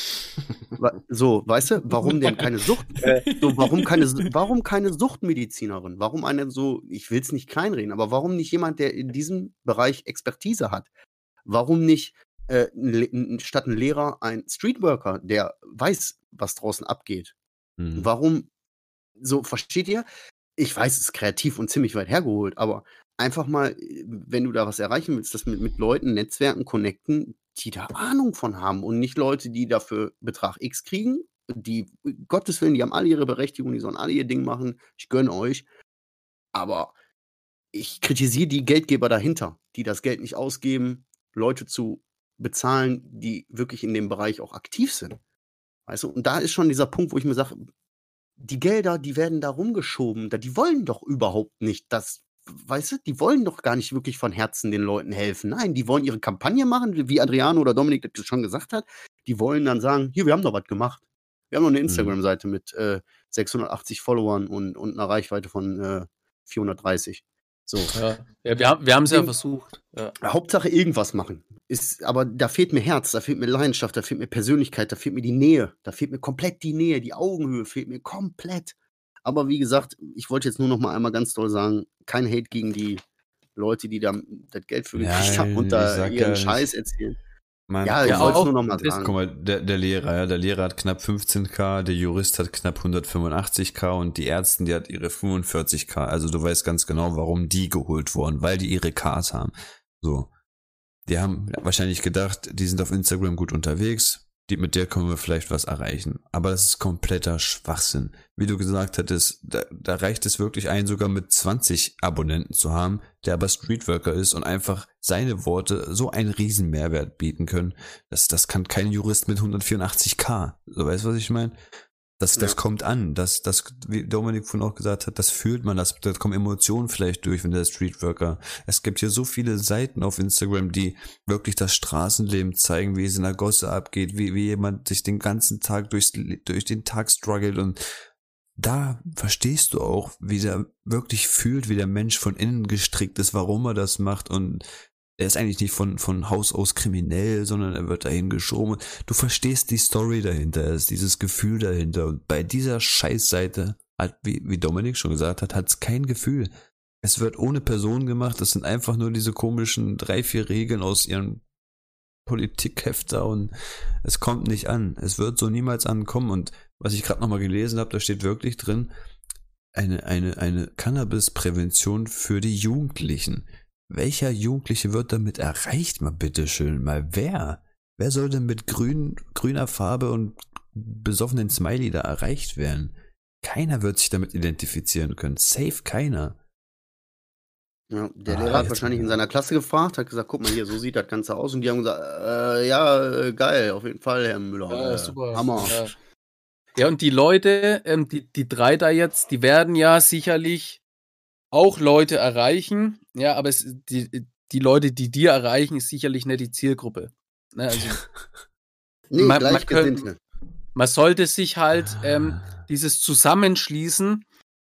Wa- So, weißt du, warum denn keine Sucht, so, warum keine, warum keine Suchtmedizinerin? Warum eine so, ich will es nicht kleinreden, aber warum nicht jemand, der in diesem Bereich Expertise hat? Warum nicht äh, ein Le- ein- statt ein Lehrer ein Streetworker, der weiß, was draußen abgeht? Mhm. Warum, so, versteht ihr? Ich weiß, es ist kreativ und ziemlich weit hergeholt, aber einfach mal, äh, wenn du da was erreichen willst, das mit, mit Leuten, Netzwerken connecten, die da Ahnung von haben und nicht Leute, die dafür Betrag X kriegen, die, Gottes Willen, die haben alle ihre Berechtigung, die sollen alle ihr Ding machen, ich gönne euch, aber ich kritisiere die Geldgeber dahinter, die das Geld nicht ausgeben, Leute zu bezahlen, die wirklich in dem Bereich auch aktiv sind. Weißt du, und da ist schon dieser Punkt, wo ich mir sage, die Gelder, die werden da rumgeschoben, da die wollen doch überhaupt nicht, das, weißt du, die wollen doch gar nicht wirklich von Herzen den Leuten helfen. Nein, die wollen ihre Kampagne machen, wie Adriano oder Dominik das schon gesagt hat. Die wollen dann sagen, hier, wir haben doch was gemacht. Wir haben noch eine Mhm. Instagram-Seite mit äh, sechshundertachtzig Followern und, und einer Reichweite von äh, vierhundertdreißig. So. Ja, ja wir haben wir haben es ja Ding- versucht. Ja. Hauptsache irgendwas machen. Ist, aber da fehlt mir Herz, da fehlt mir Leidenschaft, da fehlt mir Persönlichkeit, da fehlt mir die Nähe, da fehlt mir komplett die Nähe, die Augenhöhe fehlt mir komplett. Aber wie gesagt, ich wollte jetzt nur noch mal einmal ganz doll sagen, kein Hate gegen die Leute, die da das Geld für Ja, gekriegt haben und ich da sag ihren ja, Scheiß ich- erzählen. Man, ja, ich ja, wollte es auch, nur nochmal das- sagen. Guck mal, der, der Lehrer, ja, der Lehrer hat knapp fünfzehntausend, der Jurist hat knapp hundertfünfundachtzigtausend und die Ärztin, die hat ihre fünfundvierzigtausend. Also du weißt ganz genau, warum die geholt wurden, weil die ihre Ks haben. So. Die haben wahrscheinlich gedacht, die sind auf Instagram gut unterwegs, die, mit der können wir vielleicht was erreichen. Aber das ist kompletter Schwachsinn. Wie du gesagt hattest, da, da reicht es wirklich ein, sogar mit zwanzig Abonnenten zu haben, der aber Streetworker ist und einfach seine Worte so einen riesen Mehrwert bieten können. Das, das kann kein Jurist mit hundertvierundachtzigtausend. So, weißt du, was ich meine? Das, das Ja. kommt an, das, das, wie Dominik vorhin auch gesagt hat, das fühlt man, das, da kommen Emotionen vielleicht durch, wenn der Streetworker. Es gibt hier so viele Seiten auf Instagram, die wirklich das Straßenleben zeigen, wie es in der Gosse abgeht, wie, wie jemand sich den ganzen Tag durchs, durch den Tag struggelt, und da verstehst du auch, wie der wirklich fühlt, wie der Mensch von innen gestrickt ist, warum er das macht, und er ist eigentlich nicht von, von Haus aus kriminell, sondern er wird dahin geschoben. Du verstehst die Story dahinter, es ist dieses Gefühl dahinter. Und bei dieser Scheißseite, halt, wie, wie Dominik schon gesagt hat, hat es kein Gefühl. Es wird ohne Person gemacht, es sind einfach nur diese komischen drei, vier Regeln aus ihrem Politikhefter, und es kommt nicht an. Es wird so niemals ankommen. Und was ich gerade nochmal gelesen habe, da steht wirklich drin, eine, eine, eine Cannabis-Prävention für die Jugendlichen. Welcher Jugendliche wird damit erreicht, mal bitteschön, mal wer? Wer soll denn mit grün, grüner Farbe und besoffenen Smiley da erreicht werden? Keiner wird sich damit identifizieren können. Safe keiner. Ja, der Ah, Lehrer hat jetzt wahrscheinlich mal. in seiner Klasse gefragt, hat gesagt, guck mal hier, so sieht das Ganze aus. Und die haben gesagt, äh, ja, äh, geil, auf jeden Fall, Herr Müller. Ja, äh, super. Hammer. Ja. Ja, und die Leute, ähm, die, die drei da jetzt, die werden ja sicherlich auch Leute erreichen. Ja, aber es, die, die Leute, die dir erreichen, ist sicherlich nicht die Zielgruppe. Ne, also Nee, man- man Gleichgesinnte. man sollte sich halt ähm, dieses Zusammenschließen,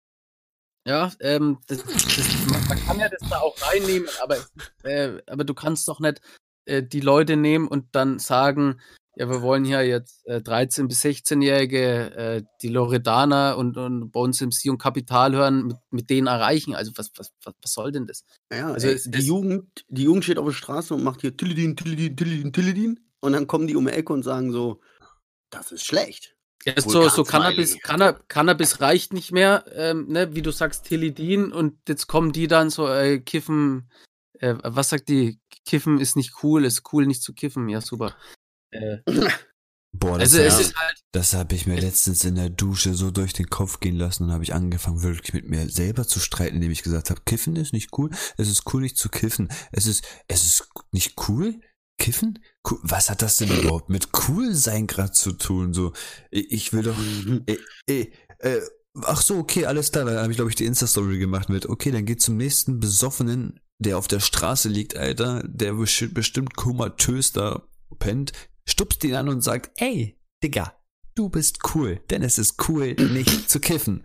ja, ähm, das, das, man, man kann ja das da auch reinnehmen, aber, äh, aber du kannst doch nicht äh, die Leute nehmen und dann sagen, ja, wir wollen hier jetzt äh, dreizehn- bis sechzehnjährige, äh, die Loredana und, und Bones M C und Kapital hören, mit, mit denen erreichen. Also was, was, was, was soll denn das? Ja, Also ey, es- die, es- Jugend, die Jugend steht auf der Straße und macht hier Tilidin, Tilidin, Tilidin, Tilidin. Und dann kommen die um die Ecke und sagen so, das ist schlecht. Ja, so, so Vulkan-Smiley. Cannabis, Canna, Cannabis reicht nicht mehr, ähm, ne, wie du sagst, Tilidin, und jetzt kommen die dann so, äh, kiffen, äh, was sagt die? Kiffen ist nicht cool, ist cool nicht zu kiffen, ja super. Äh, Boah, das, also es hab- ist halt, das habe ich mir letztens in der Dusche so durch den Kopf gehen lassen, und habe ich angefangen, wirklich mit mir selber zu streiten, indem ich gesagt habe, Kiffen ist nicht cool, es ist cool nicht zu kiffen, es ist, es ist nicht cool, kiffen? Cool. Was hat das denn überhaupt mit cool sein gerade zu tun? So, ich, ich will doch, äh, äh, äh, ach so, okay, alles klar, dann habe ich, glaube ich, die Insta-Story gemacht mit, okay, dann geht zum nächsten Besoffenen, der auf der Straße liegt, Alter, der besti- bestimmt komatös da pennt, stupst ihn an und sagt, ey, Digga, du bist cool, denn es ist cool, nicht zu kiffen.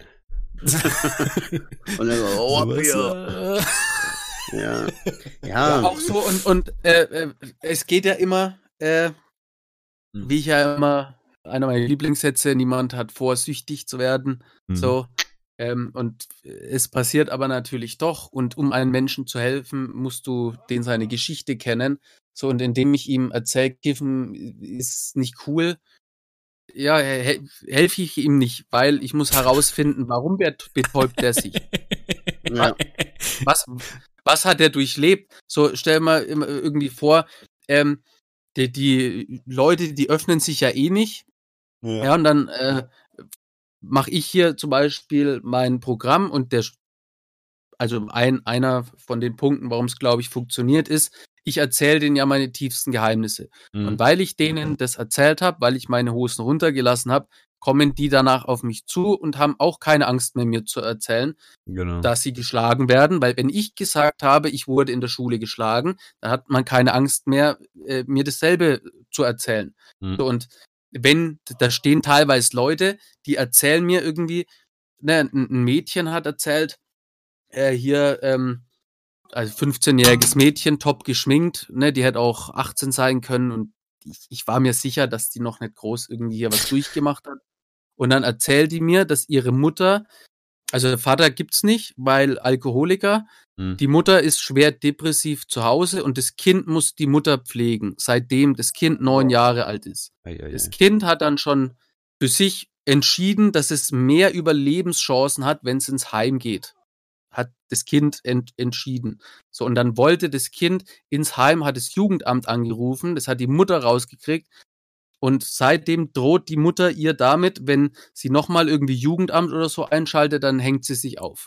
Und dann so, oh, So, weißt ja. du? Ja. ja, Ja. auch so, und, und äh, äh, es geht ja immer, äh, Hm. wie ich ja immer, einer meiner Lieblingssätze, niemand hat vor, süchtig zu werden, Mhm. so. Ähm, und es passiert aber natürlich doch, und um einem Menschen zu helfen, musst du den seine Geschichte kennen. So, und indem ich ihm erzähle, Kiffen ist nicht cool, ja, he helfe ich ihm nicht, weil ich muss herausfinden, warum bet- betäubt er sich. Ja. Was, was hat er durchlebt? So, stell mal immer irgendwie vor, ähm, die, die Leute, die öffnen sich ja eh nicht. Ja, Ja. und dann äh, mache ich hier zum Beispiel mein Programm, und der, also ein, einer von den Punkten, warum es, glaube ich, funktioniert, ist, ich erzähle denen ja meine tiefsten Geheimnisse. Mhm. Und weil ich denen das erzählt habe, weil ich meine Hosen runtergelassen habe, kommen die danach auf mich zu und haben auch keine Angst mehr, mir zu erzählen, Genau. dass sie geschlagen werden, weil wenn ich gesagt habe, ich wurde in der Schule geschlagen, dann hat man keine Angst mehr, äh, mir dasselbe zu erzählen. Mhm. So, und wenn, da stehen teilweise Leute, die erzählen mir irgendwie, ne, ein, ein Mädchen hat erzählt, äh, hier, ähm, also fünfzehnjähriges Mädchen, top geschminkt, ne, die hätte auch achtzehn sein können, und ich, ich war mir sicher, dass die noch nicht groß irgendwie hier was durchgemacht hat. Und dann erzählt die mir, dass ihre Mutter Also der Vater gibt's nicht, weil Alkoholiker. Hm. Die Mutter ist schwer depressiv zu Hause und das Kind muss die Mutter pflegen, seitdem das Kind neun Jahre alt ist. Ei, ei, Das ei. Kind hat dann schon für sich entschieden, dass es mehr Überlebenschancen hat, wenn es ins Heim geht. Hat das Kind ent- entschieden. So, und dann wollte das Kind ins Heim, hat das Jugendamt angerufen, das hat die Mutter rausgekriegt. Und seitdem droht die Mutter ihr damit, wenn sie nochmal irgendwie Jugendamt oder so einschaltet, dann hängt sie sich auf.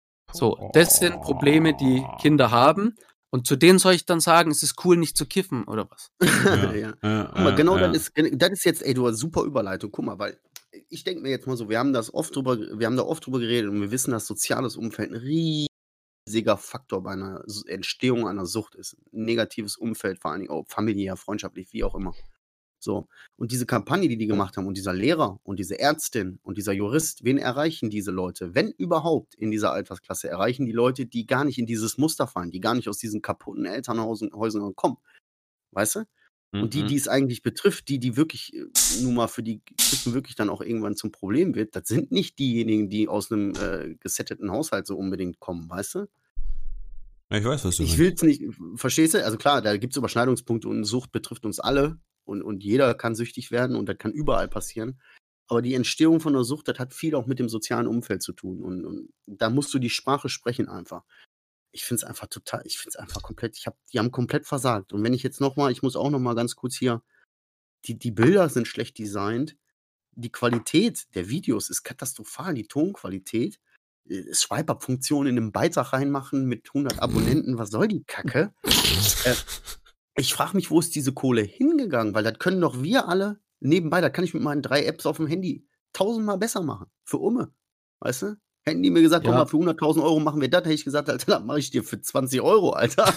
So, das sind Probleme, die Kinder haben. Und zu denen soll ich dann sagen, es ist cool, nicht zu kiffen, oder was? Ja. Ja, Guck mal, genau ja. das ist, das ist jetzt, ey, du hast super Überleitung. Guck mal, weil ich denke mir jetzt mal so, wir haben das oft drüber, wir haben da oft drüber geredet und wir wissen, dass soziales Umfeld ein riesiger Faktor bei einer S- Entstehung einer Sucht ist. Ein negatives Umfeld, vor allen Dingen auch familiär, freundschaftlich, wie auch immer. So. Und diese Kampagne, die die gemacht haben und dieser Lehrer und diese Ärztin und dieser Jurist, wen erreichen diese Leute? Wenn überhaupt in dieser Altersklasse erreichen die Leute, die gar nicht in dieses Muster fallen, die gar nicht aus diesen kaputten Elternhäusern Häusern kommen. Weißt du? Und die, Mhm. die es eigentlich betrifft, die, die wirklich, äh, nun mal für die Kippen wirklich dann auch irgendwann zum Problem wird, das sind nicht diejenigen, die aus einem äh, gesetteten Haushalt so unbedingt kommen, weißt du? Ja, ich weiß, was du Ich meinst. will es nicht, verstehst du? Also klar, da gibt es Überschneidungspunkte und Sucht betrifft uns alle und, und jeder kann süchtig werden und das kann überall passieren. Aber die Entstehung von der Sucht, das hat viel auch mit dem sozialen Umfeld zu tun und, und da musst du die Sprache sprechen einfach. Ich finde es einfach total, ich finde es einfach komplett, ich hab, die haben komplett versagt. Und wenn ich jetzt nochmal, ich muss auch nochmal ganz kurz hier, die, die Bilder sind schlecht designt, die Qualität der Videos ist katastrophal, die Tonqualität. Äh, Swipe-Up-Funktion in einem Beitrag reinmachen mit hundert Abonnenten, was soll die Kacke? äh, ich frage mich, wo ist diese Kohle hingegangen? Weil das können doch wir alle nebenbei, das kann ich mit meinen drei Apps auf dem Handy tausendmal besser machen. Für Umme. Weißt du? Hätten die mir gesagt, Ja. komm mal, für hunderttausend Euro machen wir das, hätte ich gesagt, Alter, das mache ich dir für zwanzig Euro, Alter.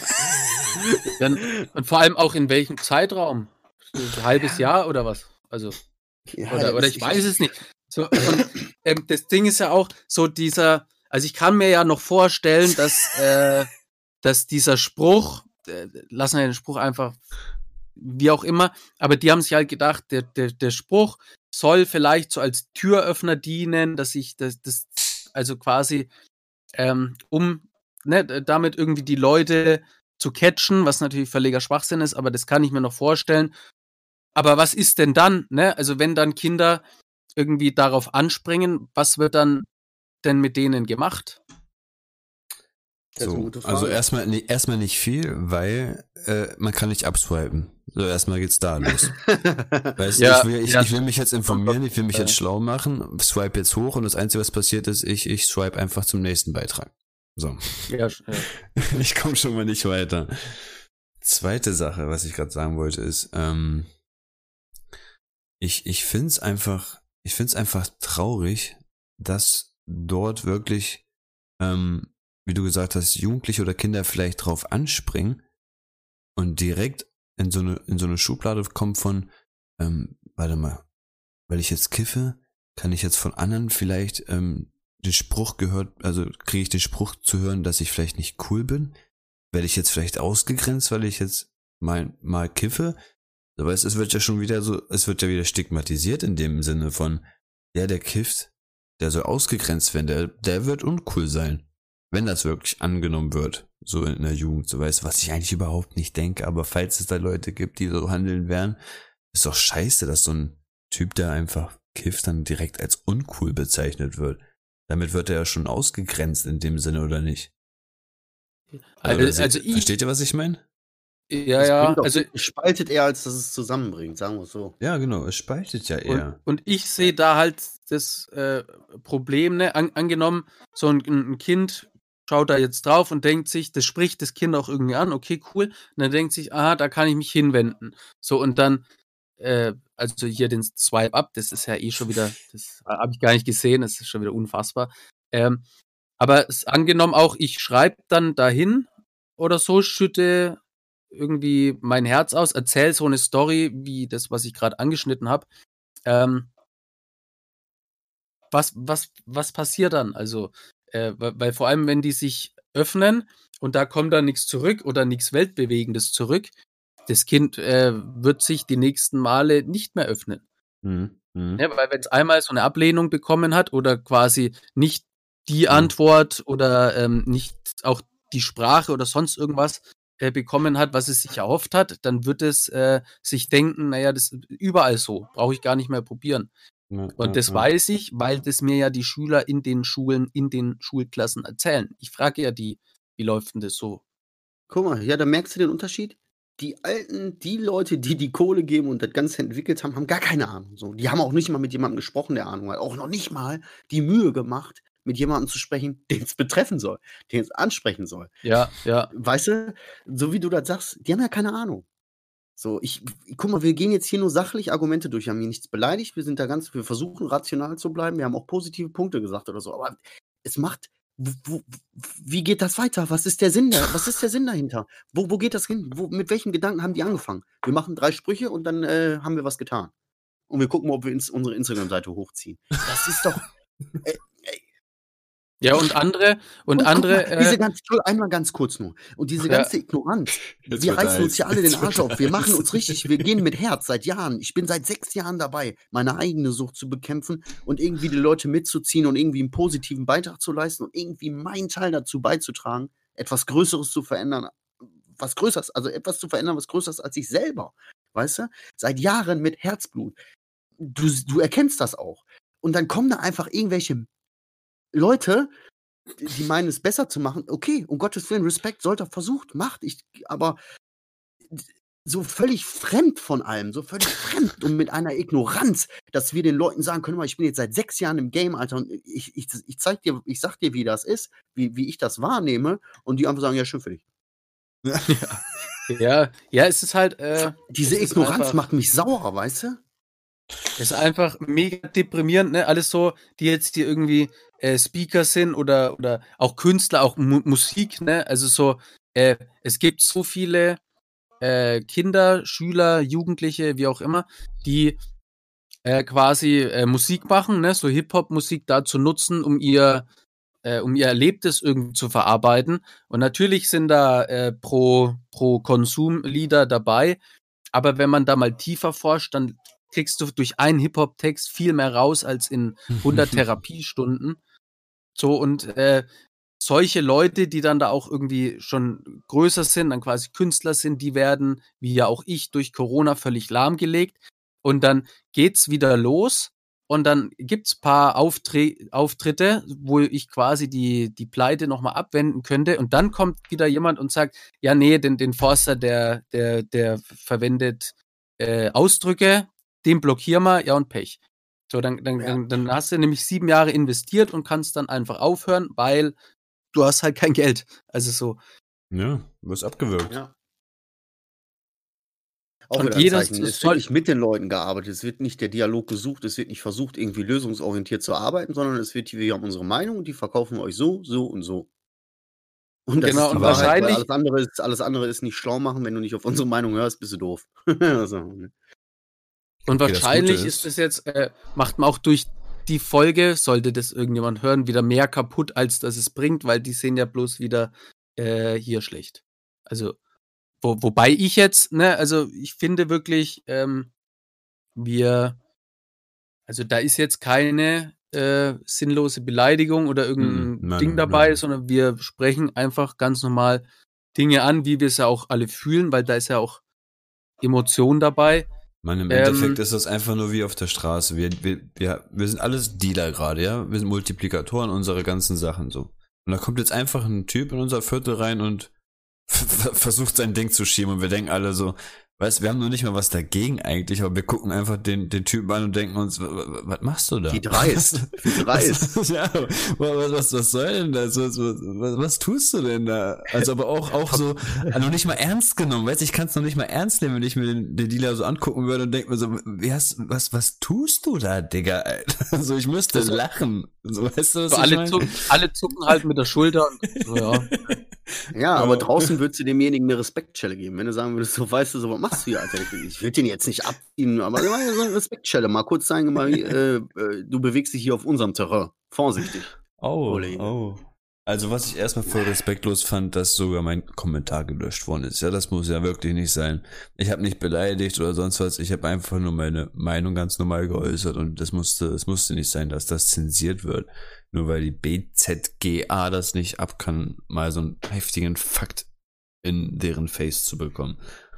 Dann, und vor allem auch in welchem Zeitraum? Ein halbes Jahr oder was? Also, Ja, oder, das oder ist- ich weiß es nicht. So, und, ähm, das Ding ist ja auch so dieser, also ich kann mir ja noch vorstellen, dass, äh, dass dieser Spruch, äh, lassen wir den Spruch einfach, wie auch immer, aber die haben sich halt gedacht, der, der, der Spruch soll vielleicht so als Türöffner dienen, dass ich das, das also quasi, ähm, um ne, damit irgendwie die Leute zu catchen, was natürlich völliger Schwachsinn ist, aber das kann ich mir noch vorstellen. Aber was ist denn dann, ne? Also wenn dann Kinder irgendwie darauf anspringen, was wird dann denn mit denen gemacht? Das ist eine So, gute Frage. also erstmal nee, erstmal nicht viel, weil äh, man kann nicht abswipen. So, erstmal geht's da los. Weißt du, Ja, ich, will, ich, ja. ich will mich jetzt informieren, ich will mich Ja. jetzt schlau machen, swipe jetzt hoch und das Einzige, was passiert ist, ich, ich swipe einfach zum nächsten Beitrag. So. Ja, ja. Ich komme schon mal nicht weiter. Zweite Sache, was ich gerade sagen wollte, ist, ähm, ich, ich finde es einfach, ich finde es einfach traurig, dass dort wirklich, ähm, wie du gesagt hast, Jugendliche oder Kinder vielleicht drauf anspringen und direkt in so eine, in so eine Schublade kommt von, ähm, warte mal, weil ich jetzt kiffe, kann ich jetzt von anderen vielleicht ähm, den Spruch gehört, also kriege ich den Spruch zu hören, dass ich vielleicht nicht cool bin? Werde ich jetzt vielleicht ausgegrenzt, weil ich jetzt mal, mal kiffe? Aber es, es wird ja schon wieder so, es wird ja wieder stigmatisiert in dem Sinne von, ja, der kifft, der soll ausgegrenzt werden, der, der wird uncool sein. Wenn das wirklich angenommen wird, so in der Jugend, so weißt du, was ich eigentlich überhaupt nicht denke, aber falls es da Leute gibt, die so handeln werden, ist doch scheiße, dass so ein Typ, der einfach kifft, dann direkt als uncool bezeichnet wird. Damit wird er ja schon ausgegrenzt in dem Sinne, oder nicht? Also, Oder se- also ich, versteht ihr, was ich meine? ja, Das ja, bringt doch- also es spaltet eher, als dass es zusammenbringt, sagen wir es so. Ja, genau, es spaltet ja und, eher. und ich sehe da halt das äh, Problem, ne, an, angenommen, so ein, ein Kind schaut da jetzt drauf und denkt sich, das spricht das Kind auch irgendwie an, okay, cool, und dann denkt sich, aha, da kann ich mich hinwenden. So, und dann, äh, also hier den Swipe Up, das ist ja eh schon wieder, das habe ich gar nicht gesehen, das ist schon wieder unfassbar. Ähm, aber es, angenommen auch, ich schreibe dann dahin oder so, schütte irgendwie mein Herz aus, erzähl so eine Story, wie das, was ich gerade angeschnitten habe. Ähm, was, was, was passiert dann? Also, äh, weil, weil vor allem, wenn die sich öffnen und da kommt dann nichts zurück oder nichts Weltbewegendes zurück, das Kind äh, wird sich die nächsten Male nicht mehr öffnen. Mhm. Mhm. Ne? Weil wenn es einmal so eine Ablehnung bekommen hat oder quasi nicht die Ja. Antwort oder ähm, nicht auch die Sprache oder sonst irgendwas äh, bekommen hat, was es sich erhofft hat, dann wird es äh, sich denken, naja, das ist überall so, brauche ich gar nicht mehr probieren. Ja, Und ja, das ja. weiß ich, weil das mir ja die Schüler in den Schulen, in den Schulklassen erzählen. Ich frage ja die, wie läuft denn das so? Guck mal, ja, da merkst du den Unterschied. Die Alten, die Leute, die die Kohle geben und das Ganze entwickelt haben, haben gar keine Ahnung. So, die haben auch nicht mal mit jemandem gesprochen, der Ahnung hat. Auch noch nicht mal die Mühe gemacht, mit jemandem zu sprechen, den es betreffen soll, den es ansprechen soll. Ja, ja. Weißt du, so wie du das sagst, die haben ja keine Ahnung. So, ich, ich- guck mal, wir gehen jetzt hier nur sachlich Argumente durch. Wir haben hier nichts beleidigt. Wir sind da ganz, wir versuchen rational zu bleiben. Wir haben auch positive Punkte gesagt oder so. Aber es macht, wo, wo, wie geht das weiter? Was ist der Sinn da? Was ist der Sinn dahinter? Wo, wo geht das hin? Wo, mit welchen Gedanken haben die angefangen? Wir machen drei Sprüche und dann äh, haben wir was getan. Und wir gucken, ob wir ins, unsere Instagram-Seite hochziehen. Das ist doch. Äh, Ja, und andere, und Und guck andere, mal, diese äh, ganze, Entschuldigung, einmal ganz kurz nur. Und diese Ja. ganze Ignoranz, Jetzt wir wird er reißen uns heiß. ja alle den Jetzt wird Arsch er auf. Wir machen heiß. uns richtig, wir gehen mit Herz seit Jahren. Ich bin seit sechs Jahren dabei, meine eigene Sucht zu bekämpfen und irgendwie die Leute mitzuziehen und irgendwie einen positiven Beitrag zu leisten und irgendwie meinen Teil dazu beizutragen, etwas Größeres zu verändern, was Größeres, also etwas zu verändern, was Größeres als ich selber. Weißt du? Seit Jahren mit Herzblut. Du, du erkennst das auch. Und dann kommen da einfach irgendwelche Leute, die meinen es besser zu machen. Okay, um Gottes Willen, Respekt, sollte versucht, macht. Ich, aber so völlig fremd von allem, so völlig fremd und mit einer Ignoranz, dass wir den Leuten sagen können, mal, ich bin jetzt seit sechs Jahren im Game, Alter, und ich, ich, ich zeig dir, ich sag dir, wie das ist, wie, wie ich das wahrnehme, und die einfach sagen, ja, schön für dich. ja, ja, es ist halt, äh, Diese es ist Ignoranz einfach- macht mich sauer, weißt du? es ist einfach mega deprimierend, ne? Alles so, die jetzt hier irgendwie äh, Speaker sind oder, oder auch Künstler, auch Mu Musik, ne? Also so, äh, es gibt so viele äh, Kinder, Schüler, Jugendliche, wie auch immer, die äh, quasi äh, Musik machen, ne? So Hip-Hop-Musik dazu nutzen, um ihr äh, um ihr Erlebtes irgendwie zu verarbeiten. Und natürlich sind da äh, pro, pro Konsum-Lieder dabei, aber wenn man da mal tiefer forscht, dann kriegst du durch einen Hip-Hop-Text viel mehr raus als in hundert Therapiestunden. So, und äh, solche Leute, die dann da auch irgendwie schon größer sind, dann quasi Künstler sind, die werden, wie ja auch ich, durch Corona völlig lahmgelegt. Und dann geht's wieder los. Und dann gibt's paar Auftre Auftritte, wo ich quasi die, die Pleite nochmal abwenden könnte. Und dann kommt wieder jemand und sagt, ja, nee, den, den Forster, der, der, der verwendet äh, Ausdrücke, den blockieren wir, ja, und Pech. So, dann, dann, Ja. dann, dann hast du nämlich sieben Jahre investiert und kannst dann einfach aufhören, weil du hast halt kein Geld. Also so. Ja, wirst abgewürgt. Ja. Auch Und wieder ein jeder Zeichen. Es soll- wird nicht mit den Leuten gearbeitet, es wird nicht der Dialog gesucht, es wird nicht versucht, irgendwie lösungsorientiert zu arbeiten, sondern es wird, wir haben unsere Meinung und die verkaufen wir euch so, so und so. Und das Genau, ist die und Wahrheit, weil wahrscheinlich- alles andere, ist, alles andere ist nicht schlau machen, wenn du nicht auf unsere Meinung hörst, bist du doof. Also, ne? Und Okay, das wahrscheinlich Gute ist ist- es jetzt, äh, macht man auch durch die Folge, sollte das irgendjemand hören, wieder mehr kaputt, als dass es bringt, weil die sehen ja bloß wieder äh, hier schlecht. Also, wo, wobei ich jetzt, ne, also ich finde wirklich, ähm, wir, also da ist jetzt keine äh, sinnlose Beleidigung oder irgendein Mhm, nein, Ding nein, dabei, nein. sondern wir sprechen einfach ganz normal Dinge an, wie wir es ja auch alle fühlen, weil da ist ja auch Emotion dabei. Mann, im Ähm, Endeffekt ist das einfach nur wie auf der Straße. Wir, wir, wir, wir sind alles Dealer gerade, ja? Wir sind Multiplikatoren unserer ganzen Sachen so. Und da kommt jetzt einfach ein Typ in unser Viertel rein und versucht sein Ding zu schieben und wir denken alle so, weißt, wir haben noch nicht mal was dagegen eigentlich, aber wir gucken einfach den, den Typen an und denken uns, was machst du da? Wie dreist. Wie dreist. Ja, was, was, was soll denn das? Was, was, was tust du denn da? Also aber auch, auch so, noch nicht mal ernst genommen, weißt du, ich kann es noch nicht mal ernst nehmen, wenn ich mir den, den Dealer so angucken würde und denke mir so, wie hast, was, was tust du da, Digga? Alter? So, ich müsste Also- lachen. So, weißt du, was So ich alle, meine? zucken, alle zucken halt mit der Schulter und so, ja. Ja, aber draußen würdest du demjenigen eine Respektschelle geben. Wenn du sagen würdest, so, weißt du, so, was machst du hier, Alter? Ich würde den jetzt nicht abziehen, aber so eine Respektschelle. Mal kurz sagen, mal, äh, äh, du bewegst dich hier auf unserem Terrain. Vorsichtig. Oh, Kollege. oh. Also was ich erstmal voll respektlos fand, dass sogar mein Kommentar gelöscht worden ist. Ja, das muss ja wirklich nicht sein. Ich habe nicht beleidigt oder sonst was. Ich habe einfach nur meine Meinung ganz normal geäußert und das musste, es musste nicht sein, dass das zensiert wird. Nur weil die B Z G A das nicht ab kann, mal so einen heftigen Fakt in deren Face zu bekommen.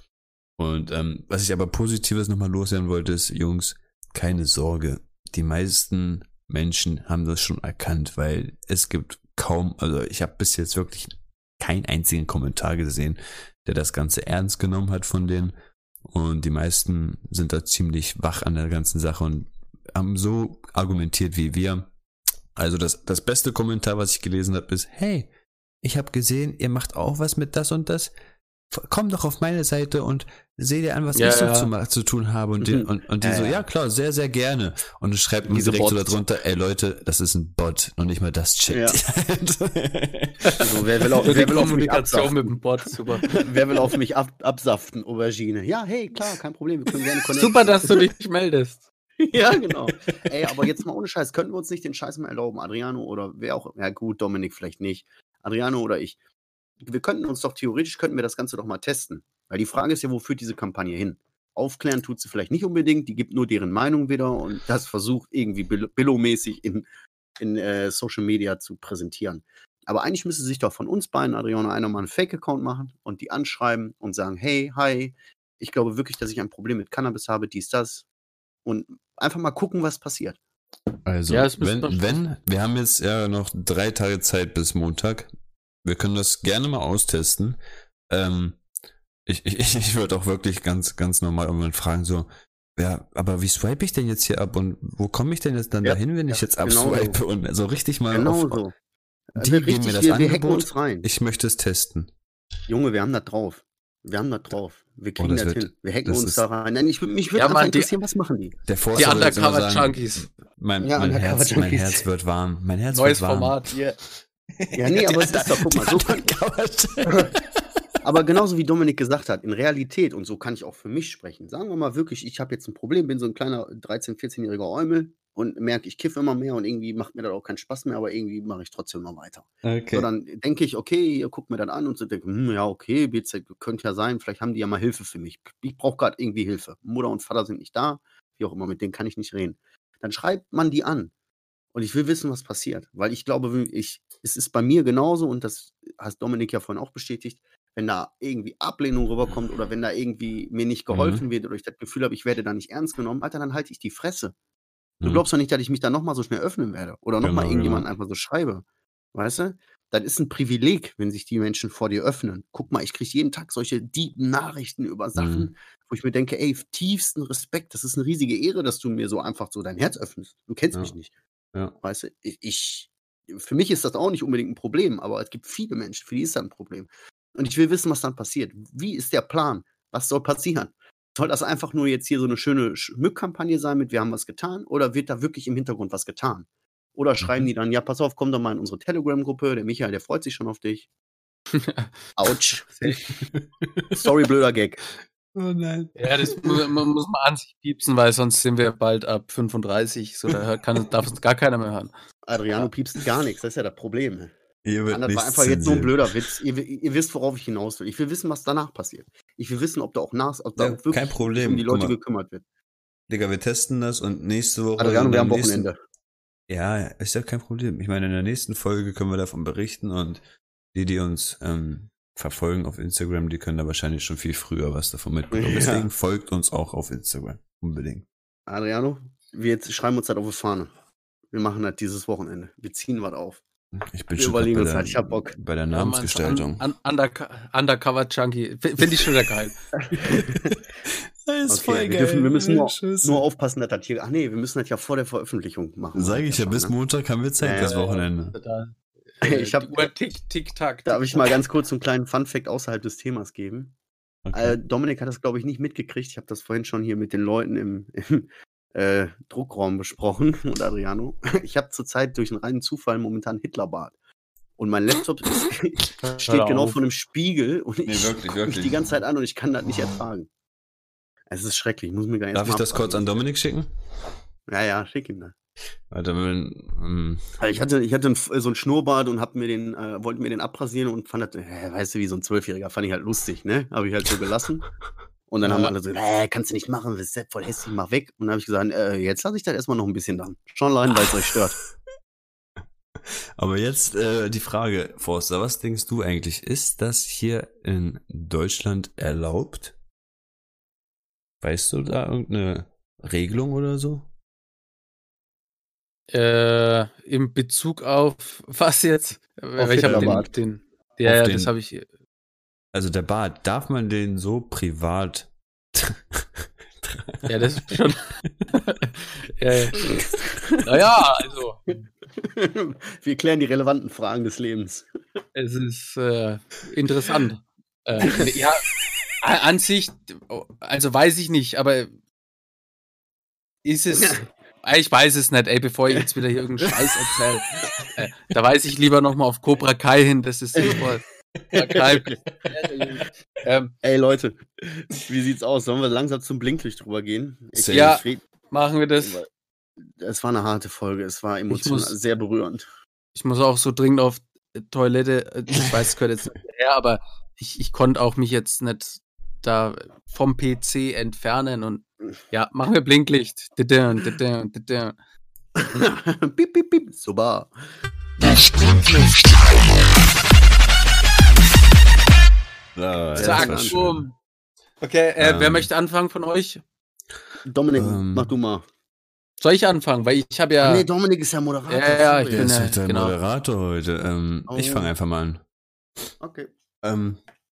Und ähm, was ich aber Positives nochmal loswerden wollte, ist, Jungs, keine Sorge. Die meisten Menschen haben das schon erkannt, weil es gibt kaum, also ich habe bis jetzt wirklich keinen einzigen Kommentar gesehen, der das Ganze ernst genommen hat von denen. Und die meisten sind da ziemlich wach an der ganzen Sache und haben so argumentiert wie wir. Also das, das beste Kommentar, was ich gelesen habe, ist, hey, ich habe gesehen, ihr macht auch was mit das und das. Komm doch auf meine Seite und seh dir an, was ja, ich so ja. zu, zu tun habe. Und die, und, und die ja, so, ja. ja klar, sehr, sehr gerne. Und du schreibst mir Diese direkt so Bots. darunter, ey Leute, das ist ein Bot. Noch nicht mal das checkt. Also, wer will, auch, So die wer will auf mich Kommunikation mit absaften? dem Bot, super. Wer will auf mich ab, absaften, Aubergine? Ja, hey, klar, kein Problem, wir können gerne connecten. Super, dass du dich meldest. Ja, genau. Ey, aber jetzt mal ohne Scheiß, könnten wir uns nicht den Scheiß mal erlauben, Adriano oder wer auch, ja gut, Dominik vielleicht nicht, Adriano oder ich. Wir könnten uns doch, theoretisch könnten wir das Ganze doch mal testen. Weil die Frage ist ja, wo führt diese Kampagne hin? Aufklären tut sie vielleicht nicht unbedingt, die gibt nur deren Meinung wieder und das versucht irgendwie Billo-mäßig in, in äh, Social Media zu präsentieren. Aber eigentlich müsste sich doch von uns beiden, Adriano, einer mal einen Fake-Account machen und die anschreiben und sagen, hey, hi, ich glaube wirklich, dass ich ein Problem mit Cannabis habe, dies, das. Und einfach mal gucken, was passiert. Also, Ja, es müsste wenn, doch- wenn, wir haben jetzt ja noch drei Tage Zeit bis Montag. Wir können das gerne mal austesten. Ähm, ich ich, ich würde auch wirklich ganz, ganz normal irgendwann fragen, so, ja, aber wie swipe ich denn jetzt hier ab und wo komme ich denn jetzt dann Ja, dahin, wenn ich ja, jetzt genau abswipe so. und so richtig mal Genau auf, so. die Also geben richtig, mir das wir, wir hacken Angebot, uns rein. ich möchte es testen. Junge, wir haben das drauf. Wir haben das drauf. Wir kriegen Oh, das das, wird- hin. Wir hacken das uns ist- da rein. Nein, ich, würd- mich würde Ja, einfach Mann, die- interessieren, was machen die? Der Die Forster würde jetzt immer Undercover sagen, Junkies. mein, Ja, mein, Undercover Herz, mein Junkies. Herz wird warm. Mein Herz Neues wird warm. Format. Ja, ja nee, aber es ist doch, guck mal, so kann, aber genauso wie Dominik gesagt hat, in Realität, und so kann ich auch für mich sprechen, sagen wir mal wirklich, ich habe jetzt ein Problem, bin so ein kleiner dreizehn-, vierzehnjähriger Eumel und merke, ich kiffe immer mehr und irgendwie macht mir das auch keinen Spaß mehr, aber irgendwie mache ich trotzdem noch weiter. Okay. So, dann denke ich, okay, ihr guckt mir das an und so denke, hm, ja, okay, B Z könnte ja sein, vielleicht haben die ja mal Hilfe für mich. Ich brauche gerade irgendwie Hilfe. Mutter und Vater sind nicht da, wie auch immer, mit denen kann ich nicht reden. Dann schreibt man die an. Und ich will wissen, was passiert. Weil ich glaube, ich, es ist bei mir genauso, und das hat Dominik ja vorhin auch bestätigt, wenn da irgendwie Ablehnung rüberkommt oder wenn da irgendwie mir nicht geholfen wird oder ich das Gefühl habe, ich werde da nicht ernst genommen, Alter, dann halte ich die Fresse. Du Mhm. glaubst doch nicht, dass ich mich da nochmal so schnell öffnen werde oder nochmal Genau, irgendjemanden genau. einfach so schreibe. Weißt du? Das ist ein Privileg, wenn sich die Menschen vor dir öffnen. Guck mal, ich kriege jeden Tag solche deepen Nachrichten über Sachen, Mhm. wo ich mir denke, ey, tiefsten Respekt, das ist eine riesige Ehre, dass du mir so einfach so dein Herz öffnest. Du kennst Ja. mich nicht. Ja. Weißt du, ich, ich, für mich ist das auch nicht unbedingt ein Problem, aber es gibt viele Menschen, für die ist das ein Problem. Und ich will wissen, was dann passiert. Wie ist der Plan? Was soll passieren? Soll das einfach nur jetzt hier so eine schöne Schmückkampagne sein mit, wir haben was getan? Oder wird da wirklich im Hintergrund was getan? Oder schreiben Mhm. die dann, ja, pass auf, komm doch mal in unsere Telegram-Gruppe, der Michael, der freut sich schon auf dich. Autsch. Sorry, blöder Gag. Oh nein. Ja, das mu- mu- muss man an sich piepsen, weil sonst sind wir bald ab fünfunddreißig. So, da hört- kann, darf uns gar keiner mehr hören. Adriano piepst gar nichts, das ist ja das Problem. Ihr wird Mann, das nicht war einfach jetzt so ein zensieren. blöder Witz. Ihr, ihr wisst, worauf ich hinaus will. Ich will wissen, was danach passiert. Ich will wissen, ob da auch nach, ob da Ja, auch wirklich kein Problem. um die Guck Leute mal. gekümmert wird. Digga, wir testen das und nächste Woche. Adriano, in wir der haben nächsten- Wochenende. Ja, ist ja kein Problem. Ich meine, in der nächsten Folge können wir davon berichten und die, die uns ähm, verfolgen auf Instagram, die können da wahrscheinlich schon viel früher was davon mitbekommen. Ja. Deswegen folgt uns auch auf Instagram. Unbedingt. Adriano, wir jetzt schreiben uns das auf die Fahne. Wir machen das dieses Wochenende. Wir ziehen was auf. Ich bin Wir schon überlegen grad uns bei der, halt, ich hab Bock. bei der Ja, Namensgestaltung. Mann, un, underco Undercover Junkie. F- Finde ich schon wieder geil. Das ist Okay, wir, dürfen, wir müssen nur, nur aufpassen, dass das hier. Ach nee, wir müssen das ja vor der Veröffentlichung machen. Sag ich ja, bis schon, ne? Montag haben wir Zeit, Ja, das ja, Wochenende. Da, Ich hab- die Uhr tick, tick, tack. Darf ich mal ganz kurz einen kleinen Funfact außerhalb des Themas geben? Okay. Äh, Dominik hat das, glaube ich, nicht mitgekriegt. Ich habe das vorhin schon hier mit den Leuten im, im äh, Druckraum besprochen und Adriano. Ich habe zurzeit durch einen reinen Zufall momentan Hitlerbart. Und mein Laptop ist, steht genau auf. vor einem Spiegel und ich Nee, wirklich, guck mich wirklich. die ganze Zeit an und ich kann das nicht ertragen. Es ist schrecklich, ich muss mir gar nicht Darf ich das kurz an Dominik schicken? Ja, ja, schick ihm das. Warte, ähm, ich hatte, ich hatte so einen Schnurrbart und hab mir den, äh, wollte mir den abrasieren und fand das, äh, weißt du, wie so ein Zwölfjähriger, fand ich halt lustig, ne? Habe ich halt so gelassen. Und dann Ja. haben alle so, äh, kannst du nicht machen, das ist voll hässlich, mach weg. Und dann habe ich gesagt, äh, jetzt lasse ich das erstmal noch ein bisschen dran. Schon allein, weil es euch stört. Aber jetzt äh, die Frage, Forster, was denkst du eigentlich? Ist das hier in Deutschland erlaubt? Weißt du da irgendeine Regelung oder so? Äh, in Bezug auf was jetzt? Weil ich habe den, Hitlerbart. den, ja, ja, den- das habe ich. Also der Bart, darf man den so privat? Ja, das ist schon. ja, ja. Naja, also Wir klären die relevanten Fragen des Lebens. es ist äh, interessant. Äh, ja, a- an sich, also weiß ich nicht, aber ist es. Ah, Ich weiß es nicht, ey, bevor ich jetzt wieder hier irgendeinen Scheiß erzähle. Äh, da weise ich lieber nochmal auf Cobra Kai hin, das ist sinnvoll. Cobra Kai. ähm, Ey Leute, wie sieht's aus? Sollen wir langsam zum Blinklicht drüber gehen? Ich, Ja. ich, machen wir das. es war eine harte Folge, es war emotional muss- sehr berührend. Ich muss auch so dringend auf Toilette. Ich weiß, es gehört jetzt nicht her, aber ich, ich konnte auch mich jetzt nicht da vom P C entfernen und ja, machen wir Blinklicht. Didin, didin, didin. Piep, piep, piep. Super. Ja, das Zack, war schön. boom. Okay, äh, wer Ähm. möchte anfangen von euch? Dominik, Ähm. mach du mal. Soll ich anfangen? Weil ich habe ja. Ach nee, Dominik ist ja Moderator. Ja, ja, ich sorry. Der bin, ist äh, halt der genau. Moderator heute. Ähm, Oh. Ich fange einfach mal an. Okay. Ähm,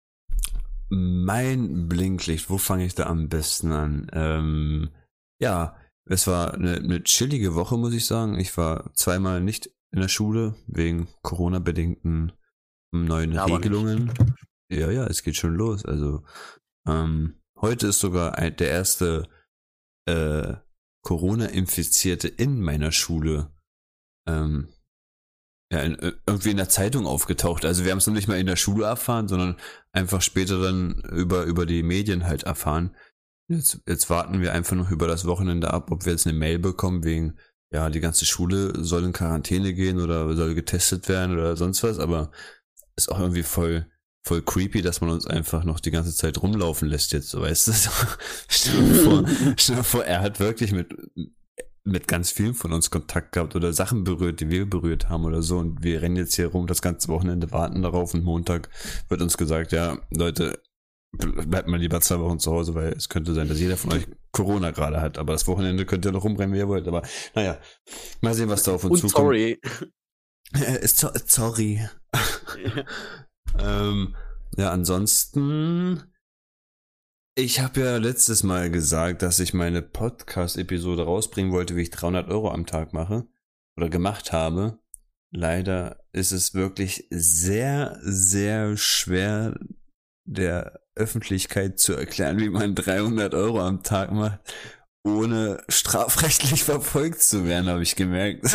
mein Blinklicht, wo fange ich da am besten an? Ähm, ja, es war eine, eine chillige Woche, muss ich sagen. Ich war zweimal nicht in der Schule, wegen Corona-bedingten neuen Ja, aber Regelungen. Ja, ja, es geht schon los. Also, ähm, heute ist sogar ein, der erste äh, Corona-Infizierte in meiner Schule ähm, ja, in, irgendwie in der Zeitung aufgetaucht. Also wir haben es noch nicht mal in der Schule erfahren, sondern einfach später dann über, über die Medien halt erfahren. Jetzt, jetzt warten wir einfach noch über das Wochenende ab, ob wir jetzt eine Mail bekommen wegen, ja, die ganze Schule soll in Quarantäne gehen oder soll getestet werden oder sonst was, aber ist auch irgendwie voll, voll creepy, dass man uns einfach noch die ganze Zeit rumlaufen lässt jetzt, so weißt du. Stell dir vor, stell dir vor, er hat wirklich mit, mit ganz vielen von uns Kontakt gehabt oder Sachen berührt, die wir berührt haben oder so, und wir rennen jetzt hier rum das ganze Wochenende, warten darauf, und Montag wird uns gesagt, ja, Leute, bleibt mal lieber zwei Wochen zu Hause, weil es könnte sein, dass jeder von euch Corona gerade hat, aber das Wochenende könnt ihr noch rumrennen, wie ihr wollt, aber naja, mal sehen, was da auf uns Und zukommt. sorry. Äh, so, sorry. ähm, ja, ansonsten, ich habe ja letztes Mal gesagt, dass ich meine Podcast-Episode rausbringen wollte, wie ich dreihundert Euro am Tag mache oder gemacht habe. Leider ist es wirklich sehr, sehr schwer, der Öffentlichkeit zu erklären, wie man dreihundert Euro am Tag macht, ohne strafrechtlich verfolgt zu werden, habe ich gemerkt.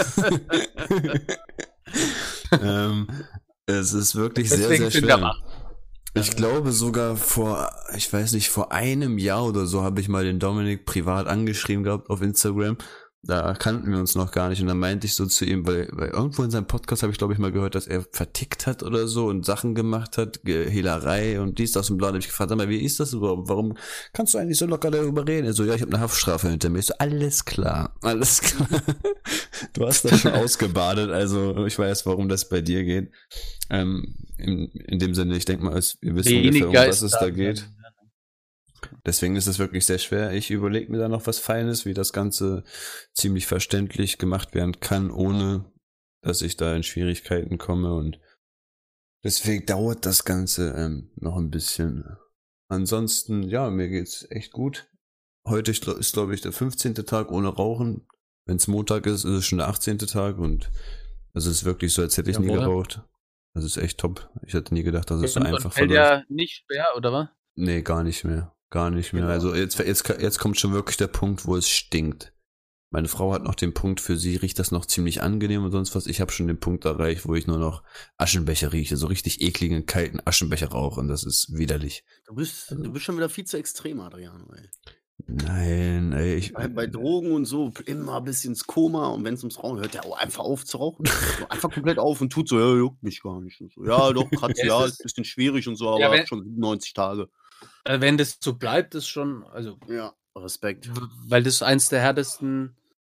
ähm, es ist wirklich sehr, Deswegen sehr sind wir schwer. wach. Ich glaube sogar vor, ich weiß nicht, vor einem Jahr oder so habe ich mal den Dominik privat angeschrieben gehabt auf Instagram. Da kannten wir uns noch gar nicht, und dann meinte ich so zu ihm, weil, weil irgendwo in seinem Podcast habe ich, glaube ich, mal gehört, dass er vertickt hat oder so und Sachen gemacht hat, Ge- Hehlerei und dies, das und bla. Da habe ich gefragt, sag mal, wie ist das überhaupt? Warum kannst du eigentlich so locker darüber reden? Er so, ja, ich habe eine Haftstrafe hinter mir. Ich so, alles klar, alles klar. Du hast das schon ausgebadet, also ich weiß, warum das bei dir geht. Ähm, in, in dem Sinne, ich denke mal, es, wir wissen ungefähr, um was es da geht. Deswegen ist es wirklich sehr schwer. Ich überlege mir da noch was Feines, wie das Ganze ziemlich verständlich gemacht werden kann, ohne dass ich da in Schwierigkeiten komme, und deswegen dauert das Ganze ähm, noch ein bisschen. Ansonsten, ja, mir geht's echt gut. Heute ist, ist glaube ich, der fünfzehnte Tag ohne Rauchen. Wenn es Montag ist, ist es schon der achtzehnte Tag, und es ist wirklich so, als hätte ich nie Jawohl. geraucht. Das ist echt top. Ich hätte nie gedacht, dass es so Und einfach fällt verläuft. ja nicht schwer, oder was? Nee, gar nicht mehr. Gar nicht mehr. Genau. Also jetzt, jetzt, jetzt kommt schon wirklich der Punkt, wo es stinkt. Meine Frau hat noch den Punkt, für sie riecht das noch ziemlich angenehm und sonst was. Ich habe schon den Punkt erreicht, wo ich nur noch Aschenbecher rieche. So richtig ekligen, kalten Aschenbecher rauche, und das ist widerlich. Du bist, du bist schon wieder viel zu extrem, Adriano, ey. Nein, ey, ich. Bei, bei Drogen und so immer ein bisschen ins Koma und wenn es ums Rauchen hört, der auch einfach auf zu rauchen. So, einfach komplett auf und tut so, ja, juckt mich gar nicht. Und so, ja, doch, hat Ja, ja, es ist ist- ein bisschen schwierig und so, Ja, aber wenn- schon siebenundneunzig Tage. Äh, wenn das so bleibt, ist schon, also, Ja, Respekt. w- weil das eins der härtesten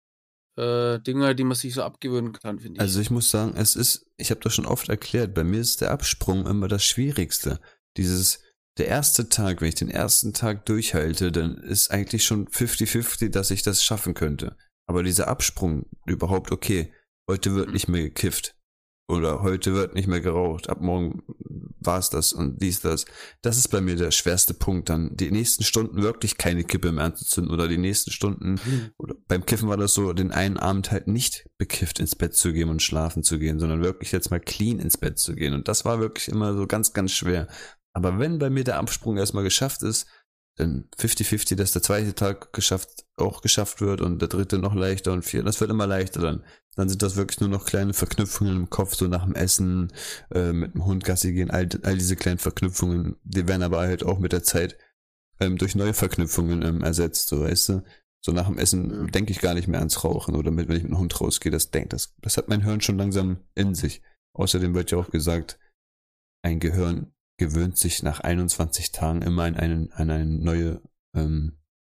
äh, Dinge, die man sich so abgewöhnen kann, finde ich. Also ich muss sagen, es ist, ich habe das schon oft erklärt, bei mir ist der Absprung immer das Schwierigste. Dieses, der erste Tag, wenn ich den ersten Tag durchhalte, dann ist eigentlich schon fünfzig fünfzig, dass ich das schaffen könnte. Aber dieser Absprung, überhaupt, okay, heute wird nicht mehr gekifft. Oder heute wird nicht mehr geraucht, ab morgen war es das und dies, das. Das ist bei mir der schwerste Punkt, dann die nächsten Stunden wirklich keine Kippe mehr anzuzünden oder die nächsten Stunden, oder beim Kiffen war das so, den einen Abend halt nicht bekifft ins Bett zu gehen und schlafen zu gehen, sondern wirklich jetzt mal clean ins Bett zu gehen. Und das war wirklich immer so ganz, ganz schwer. Aber wenn bei mir der Absprung erstmal geschafft ist, dann fünfzig fünfzig, dass der zweite Tag geschafft, auch geschafft wird und der dritte noch leichter und vier, das wird immer leichter dann. Dann sind das wirklich nur noch kleine Verknüpfungen im Kopf, so nach dem Essen, äh, mit dem Hund Gassi gehen, all, all diese kleinen Verknüpfungen, die werden aber halt auch mit der Zeit ähm, durch neue Verknüpfungen ähm, ersetzt, so weißt du. So nach dem Essen Ja. denke ich gar nicht mehr ans Rauchen oder mit, wenn ich mit dem Hund rausgehe, das denkt, das, das hat mein Hirn schon langsam in sich. Außerdem wird ja auch gesagt, ein Gehirn gewöhnt sich nach einundzwanzig Tagen immer an, einen, an eine neue, ähm,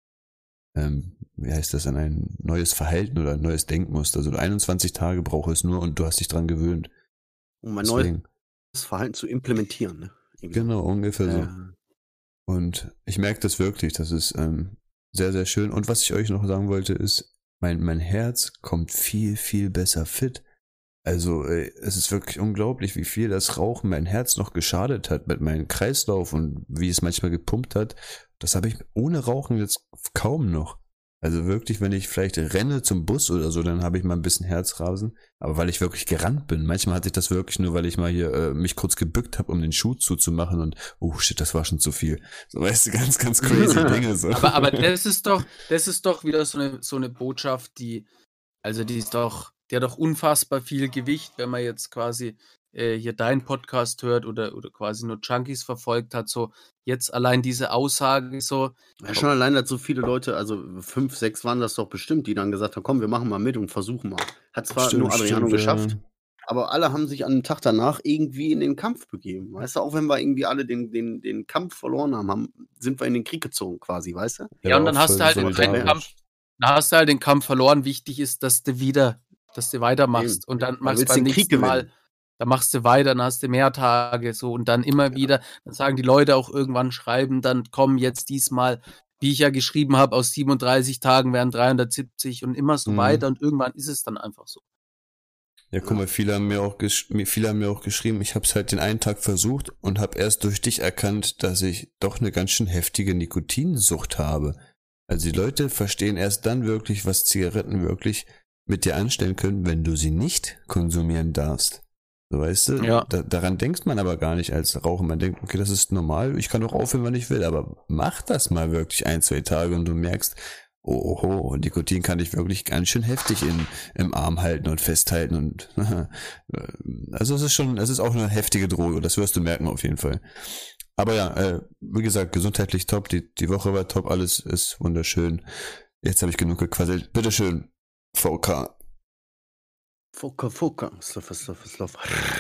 ähm, wie heißt das, an ein neues Verhalten oder ein neues Denkmuster. Also einundzwanzig Tage braucht es nur und du hast dich dran gewöhnt. Um mein Deswegen, neues Verhalten zu implementieren. Ne? Irgendwie. genau, ungefähr so. Äh, Und ich merke das wirklich, das ist ähm, sehr, sehr schön. Und was ich euch noch sagen wollte, ist, mein, mein Herz kommt viel, viel besser fit. Also äh, es ist wirklich unglaublich, wie viel das Rauchen mein Herz noch geschadet hat mit meinem Kreislauf und wie es manchmal gepumpt hat. Das habe ich ohne Rauchen jetzt kaum noch. Also wirklich, wenn ich vielleicht renne zum Bus oder so, dann habe ich mal ein bisschen Herzrasen. Aber weil ich wirklich gerannt bin. Manchmal hatte ich das wirklich nur, weil ich mal hier äh, mich kurz gebückt habe, um den Schuh zuzumachen und oh shit, das war schon zu viel. So weißt du, ganz, ganz crazy Dinge so. aber, aber das ist doch, das ist doch wieder so eine, so eine Botschaft, die, also die ist doch, die hat doch unfassbar viel Gewicht, wenn man jetzt quasi äh, hier deinen Podcast hört oder, oder quasi nur Junkies verfolgt hat, so jetzt allein diese Aussage so. Ja, schon allein, dass so viele Leute, also fünf, sechs waren das doch bestimmt, die dann gesagt haben, komm, wir machen mal mit und versuchen mal. Hat zwar Stimmt, nur Adriano stimmt, geschafft, ja. aber alle haben sich an den Tag danach irgendwie in den Kampf begeben. Weißt du, auch wenn wir irgendwie alle den, den, den Kampf verloren haben, haben, sind wir in den Krieg gezogen quasi, weißt du? Ja, und war dann auch hast du voll halt den einen solidarisch. Kampf, dann hast du halt den Kampf verloren. Wichtig ist, dass du wieder, dass du weitermachst Eben. und dann Dann machst du willst du beim den Krieg nächsten Mal, gewinnen. dann machst du weiter, dann hast du mehr Tage so und dann immer Ja. wieder, dann sagen die Leute auch irgendwann schreiben, dann komm jetzt diesmal, wie ich ja geschrieben habe, aus siebenunddreißig Tagen wären dreihundertsiebzig und immer so Mhm. weiter und irgendwann ist es dann einfach so. Ja, guck mal, viele haben mir auch, gesch mir- viele haben mir auch geschrieben, ich habe es halt den einen Tag versucht und habe erst durch dich erkannt, dass ich doch eine ganz schön heftige Nikotinsucht habe. Also die Leute verstehen erst dann wirklich, was Zigaretten wirklich mit dir anstellen können, wenn du sie nicht konsumieren darfst. So, weißt du, Ja. da, daran denkt man aber gar nicht als Raucher. Man denkt, okay, das ist normal, ich kann doch aufhören, wann ich will, aber mach das mal wirklich ein, zwei Tage und du merkst, oh, oh, oh, Nikotin kann dich wirklich ganz schön heftig in, im Arm halten und festhalten und also es ist schon, es ist auch eine heftige Droge, das wirst du merken auf jeden Fall. Aber ja, äh, wie gesagt, gesundheitlich top, die, die Woche war top, alles ist wunderschön. Jetzt habe ich genug gequasselt. Bitteschön, V K. Fucker, Fucker. Sloff, sloff, sloff.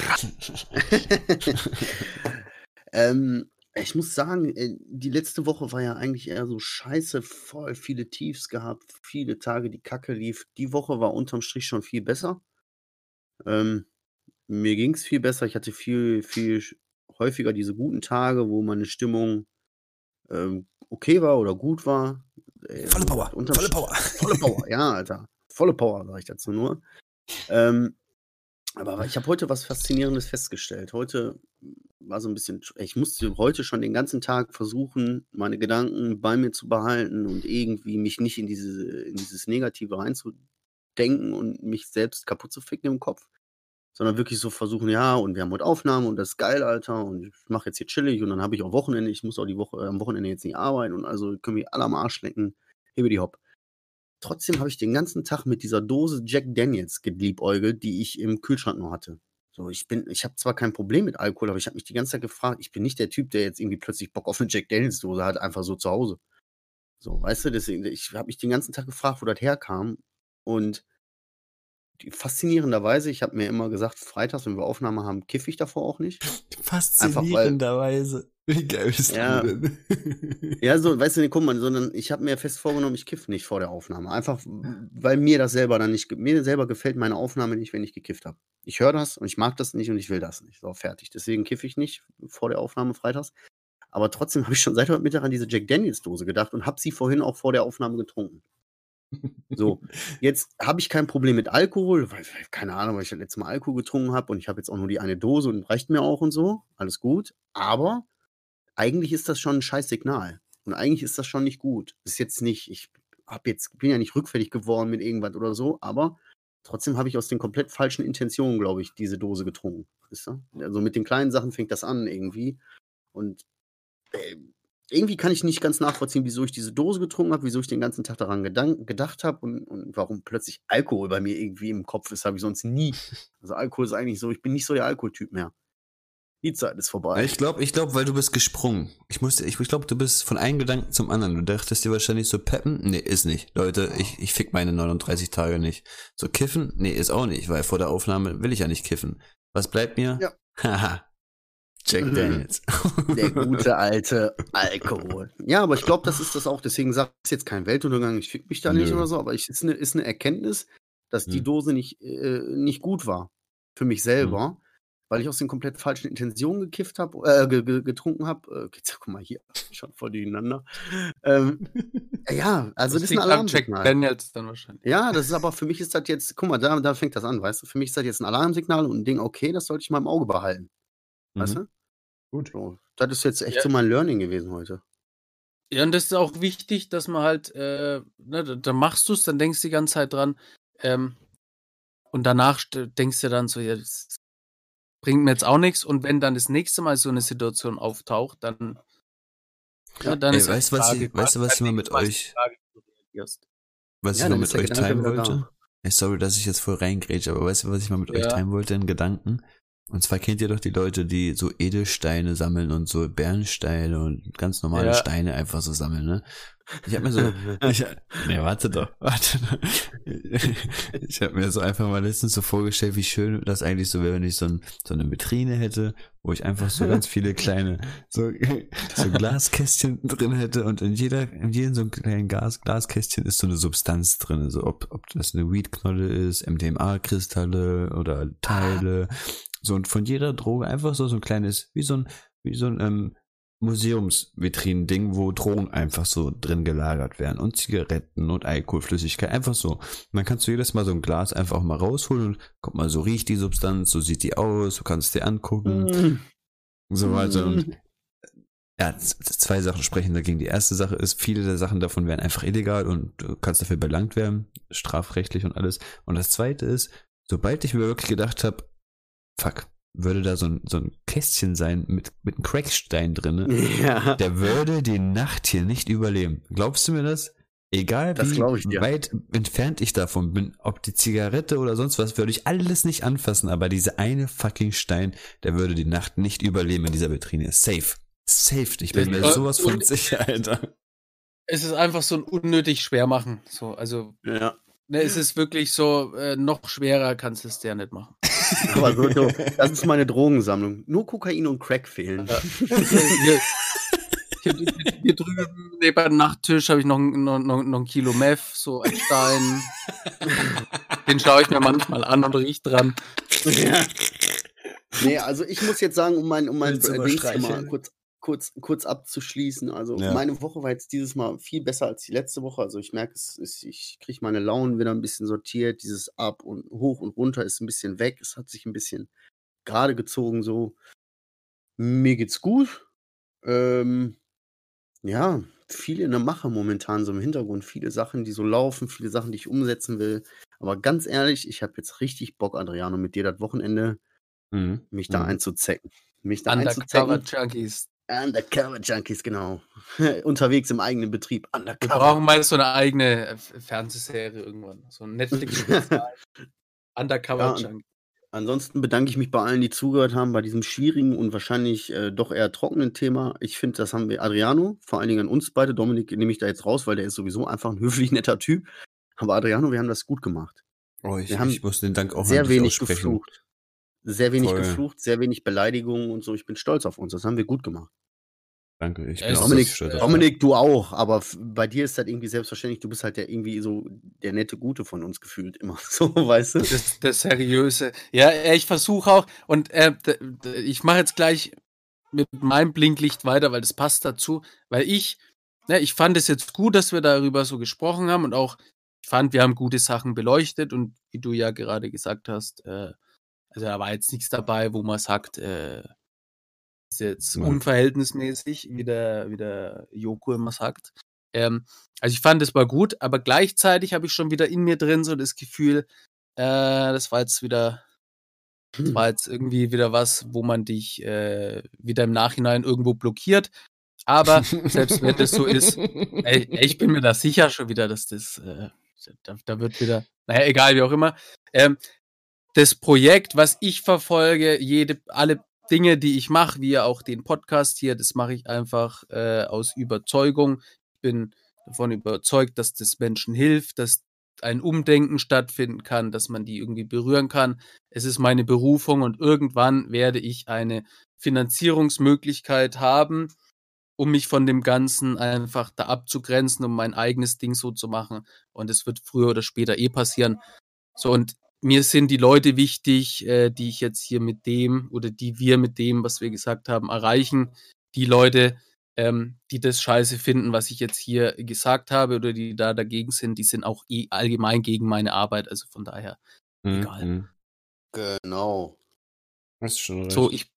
ähm, ich muss sagen, äh, die letzte Woche war ja eigentlich eher so scheiße, voll viele Tiefs gehabt, viele Tage, die Kacke lief. Die Woche war unterm Strich schon viel besser. Ähm, mir ging es viel besser. Ich hatte viel, viel sch- häufiger diese guten Tage, wo meine Stimmung ähm, okay war oder gut war. Äh, Volle so Power, gesagt, unterm volle Strich- Power. Volle Power, ja, Alter. Volle Power, sage ich dazu nur. Ähm, aber ich habe heute was Faszinierendes festgestellt. Heute war so ein bisschen, ich musste heute schon den ganzen Tag versuchen, meine Gedanken bei mir zu behalten und irgendwie mich nicht in diese, in dieses Negative reinzudenken und mich selbst kaputt zu ficken im Kopf, sondern wirklich so versuchen, ja, und wir haben heute Aufnahmen und das ist geil, Alter, und ich mache jetzt hier chillig und dann habe ich auch Wochenende, ich muss auch die Woche, am Wochenende jetzt nicht arbeiten und also können wir alle am Arsch lecken, hebe die Hopp. Trotzdem habe ich den ganzen Tag mit dieser Dose Jack Daniels geliebäugelt, die ich im Kühlschrank noch hatte. So, ich bin, ich habe zwar kein Problem mit Alkohol, aber ich habe mich die ganze Zeit gefragt, ich bin nicht der Typ, der jetzt irgendwie plötzlich Bock auf eine Jack Daniels Dose hat, einfach so zu Hause. So, weißt du, deswegen, ich habe mich den ganzen Tag gefragt, wo das herkam. Und die, faszinierenderweise, ich habe mir immer gesagt, freitags, wenn wir Aufnahme haben, kiffe ich davor auch nicht. Faszinierenderweise. Wie geil bist Ja. du denn? Ja, so, weißt du, guck mal, sondern ich habe mir fest vorgenommen, ich kiffe nicht vor der Aufnahme. Einfach, weil mir das selber dann nicht, ge- mir selber gefällt meine Aufnahme nicht, wenn ich gekifft habe. Ich höre das und ich mag das nicht und ich will das nicht. So, fertig. Deswegen kiffe ich nicht vor der Aufnahme freitags. Aber trotzdem habe ich schon seit heute Mittag an diese Jack Daniels Dose gedacht und habe sie vorhin auch vor der Aufnahme getrunken. So, jetzt habe ich kein Problem mit Alkohol, weil, weil- keine Ahnung, weil ich das letzte Mal Alkohol getrunken habe und ich habe jetzt auch nur die eine Dose und reicht mir auch und so. Alles gut. Aber eigentlich ist das schon ein scheiß Signal. Und eigentlich ist das schon nicht gut. Ist jetzt nicht, ich hab jetzt, bin ja nicht rückfällig geworden mit irgendwas oder so, aber trotzdem habe ich aus den komplett falschen Intentionen, glaube ich, diese Dose getrunken. Weißt du? Also mit den kleinen Sachen fängt das an irgendwie. Und äh, irgendwie kann ich nicht ganz nachvollziehen, wieso ich diese Dose getrunken habe, wieso ich den ganzen Tag daran gedank, gedacht habe und, und warum plötzlich Alkohol bei mir irgendwie im Kopf ist, habe ich sonst nie. Also Alkohol ist eigentlich so, ich bin nicht so der Alkoholtyp mehr. Die Zeit ist vorbei. Ich glaube, ich glaub, weil du bist gesprungen. Ich musste, ich, ich glaube, du bist von einem Gedanken zum anderen. Du dachtest dir wahrscheinlich so, peppen? Nee, ist nicht. Leute, ich, ich fick meine neununddreißig Tage nicht. So kiffen? Nee, ist auch nicht, weil vor der Aufnahme will ich ja nicht kiffen. Was bleibt mir? Ja. Haha. Jack Daniels. Der gute alte Alkohol. Ja, aber ich glaube, das ist das auch. Deswegen sagt es jetzt kein Weltuntergang, ich fick mich da nicht Nö. oder so, aber es ist eine, ist eine Erkenntnis, dass die Hm. Dose nicht, äh, nicht gut war. Für mich selber, weil ich aus den komplett falschen Intentionen gekifft habe, äh, ge ge getrunken habe. Äh, jetzt, guck mal hier, schon voll durcheinander. Ähm, ja, also das, ist ein liegt am Jack Alarmsignal. Daniels dann wahrscheinlich. Ja, das ist aber für mich ist das jetzt, guck mal, da, da fängt das an, weißt du? Für mich ist das jetzt ein Alarmsignal und ein Ding, okay, das sollte ich mal im Auge behalten. Weißt Mhm. du? Gut. So, das ist jetzt echt Ja. so mein Learning gewesen heute. Ja, und das ist auch wichtig, dass man halt, äh, ne, da, da machst du es, dann denkst du die ganze Zeit dran, ähm, und danach st- denkst du dann so, ja, das bringt mir jetzt auch nichts. Und wenn dann das nächste Mal so eine Situation auftaucht, dann, ja, dann Ey, ist halt weißt die du, was Frage, ich- weißt du, was ich mal mit nächstes Mal ist euch- die Frage, wie du reagierst. Was Ja, ich mal dann mit ist der euch Gedanke teilen wieder da. wollte. Ey, sorry, dass ich jetzt voll reingrätsche, aber weißt du, was ich mal mit euch Ja. teilen wollte in Gedanken? Und zwar kennt ihr doch die Leute, die so Edelsteine sammeln und so Bernsteine und ganz normale Ja. Steine einfach so sammeln, ne? Ich hab mir so, ich, nee, warte doch, warte doch. Ich hab mir so einfach mal letztens so vorgestellt, wie schön das eigentlich so wäre, wenn ich so, ein, so eine Vitrine hätte, wo ich einfach so ganz viele kleine, so, so Glaskästchen drin hätte und in jeder, in jedem so einem kleinen Gas, Glaskästchen ist so eine Substanz drin, so ob, ob das eine Weed-Knolle ist, M D M A-Kristalle oder Teile, so und von jeder Droge einfach so, so ein kleines, wie so ein, wie so ein, ähm, Museumsvitrinen-Ding, wo Drogen einfach so drin gelagert werden und Zigaretten und Alkoholflüssigkeit, einfach so. Und dann kannst du jedes Mal so ein Glas einfach mal rausholen und guck mal, so riecht die Substanz, so sieht die aus, du kannst es dir angucken Mm. und so weiter. Und ja, z- z- zwei Sachen sprechen dagegen. Die erste Sache ist, viele der Sachen davon wären einfach illegal und du kannst dafür belangt werden, strafrechtlich und alles. Und das zweite ist, sobald ich mir wirklich gedacht habe, fuck, würde da so ein, so ein Kästchen sein mit, mit einem Crackstein drin, Ja. der würde die Nacht hier nicht überleben. Glaubst du mir das? Egal Das wie glaub ich dir. weit entfernt ich davon bin, ob die Zigarette oder sonst was, würde ich alles nicht anfassen, aber dieser eine fucking Stein, der würde die Nacht nicht überleben in dieser Vitrine. Safe. Safe. Ich bin mir Äh, sowas von und- sicher, Alter. Es ist einfach so ein unnötig schwer machen. So, also, Ja. ne, es ist wirklich so, äh, noch schwerer kannst du es dir nicht machen. Aber so, so, das ist meine Drogensammlung. Nur Kokain und Crack fehlen. Ja. hier, hier, hier drüben neben dem Nachttisch habe ich noch, ein- noch, noch, noch ein Kilo Meth, so ein Stein. Den schaue ich mir manchmal an und riech dran. Ja. Nee, also ich muss jetzt sagen, um mein, um mein Willst du äh, mal Dings hier mal streicheln? kurz, kurz, kurz abzuschließen. Also Ja. meine Woche war jetzt dieses Mal viel besser als die letzte Woche. Also ich merke, es ist, ich kriege meine Launen wieder ein bisschen sortiert. Dieses Ab und hoch und runter ist ein bisschen weg. Es hat sich ein bisschen gerade gezogen so. Mir geht's gut. Ähm, ja, viel in der Mache momentan so im Hintergrund. Viele Sachen, die so laufen, viele Sachen, die ich umsetzen will. Aber ganz ehrlich, ich habe jetzt richtig Bock, Adriano, mit dir das Wochenende Mhm. mich da Mhm. einzuzecken. Mich da Undercover einzuzecken. Junkies. Undercover Junkies, genau. Unterwegs im eigenen Betrieb. Wir Undercover. brauchen mal so eine eigene äh, Fernsehserie irgendwann. So ein Netflix-Spezial. Undercover Ja. Junkies. Ansonsten bedanke ich mich bei allen, die zugehört haben, bei diesem schwierigen und wahrscheinlich äh, doch eher trockenen Thema. Ich finde, das haben wir Adriano, vor allen Dingen an uns beide. Dominik nehme ich da jetzt raus, weil der ist sowieso einfach ein höflich netter Typ. Aber Adriano, wir haben das gut gemacht. Oh, ich, wir haben ich muss den Dank auch sehr an dich wenig aussprechen. geflucht. Sehr wenig Voll. geflucht, sehr wenig Beleidigungen und so. Ich bin stolz auf uns. Das haben wir gut gemacht. Danke, ich Ja, bin auch Dominik, so stolz. Dominik, du auch, aber f- bei dir ist das irgendwie selbstverständlich. Du bist halt der irgendwie so der nette Gute von uns gefühlt immer. So, weißt du? Das, das Seriöse. Ja, äh, ich versuche auch, und äh, d- d- ich mache jetzt gleich mit meinem Blinklicht weiter, weil das passt dazu, weil ich, ne, ich fand es jetzt gut, dass wir darüber so gesprochen haben und auch, ich fand, wir haben gute Sachen beleuchtet und wie du ja gerade gesagt hast, äh, also da war jetzt nichts dabei, wo man sagt, äh, ist jetzt Ja. unverhältnismäßig, wie der, wie der Joko immer sagt. Ähm, also ich fand, es war gut, aber gleichzeitig habe ich schon wieder in mir drin so das Gefühl, äh, das war jetzt wieder, das war jetzt irgendwie wieder was, wo man dich äh, wieder im Nachhinein irgendwo blockiert. Aber selbst wenn das so ist, ey, ich bin mir da sicher schon wieder, dass das, äh, da, da wird wieder, naja, egal, wie auch immer. Ähm, das Projekt, was ich verfolge, jede, alle Dinge, die ich mache, wie auch den Podcast hier, das mache ich einfach äh, aus Überzeugung. Ich bin davon überzeugt, dass das Menschen hilft, dass ein Umdenken stattfinden kann, dass man die irgendwie berühren kann. Es ist meine Berufung und irgendwann werde ich eine Finanzierungsmöglichkeit haben, um mich von dem Ganzen einfach da abzugrenzen, um mein eigenes Ding so zu machen. Und es wird früher oder später eh passieren. So, und mir sind die Leute wichtig, äh, die ich jetzt hier mit dem oder die wir mit dem, was wir gesagt haben, erreichen. Die Leute, ähm, die das scheiße finden, was ich jetzt hier gesagt habe oder die da dagegen sind, die sind auch eh allgemein gegen meine Arbeit. Also von daher, egal. Mhm. Genau. Hast du schon recht. So, ich,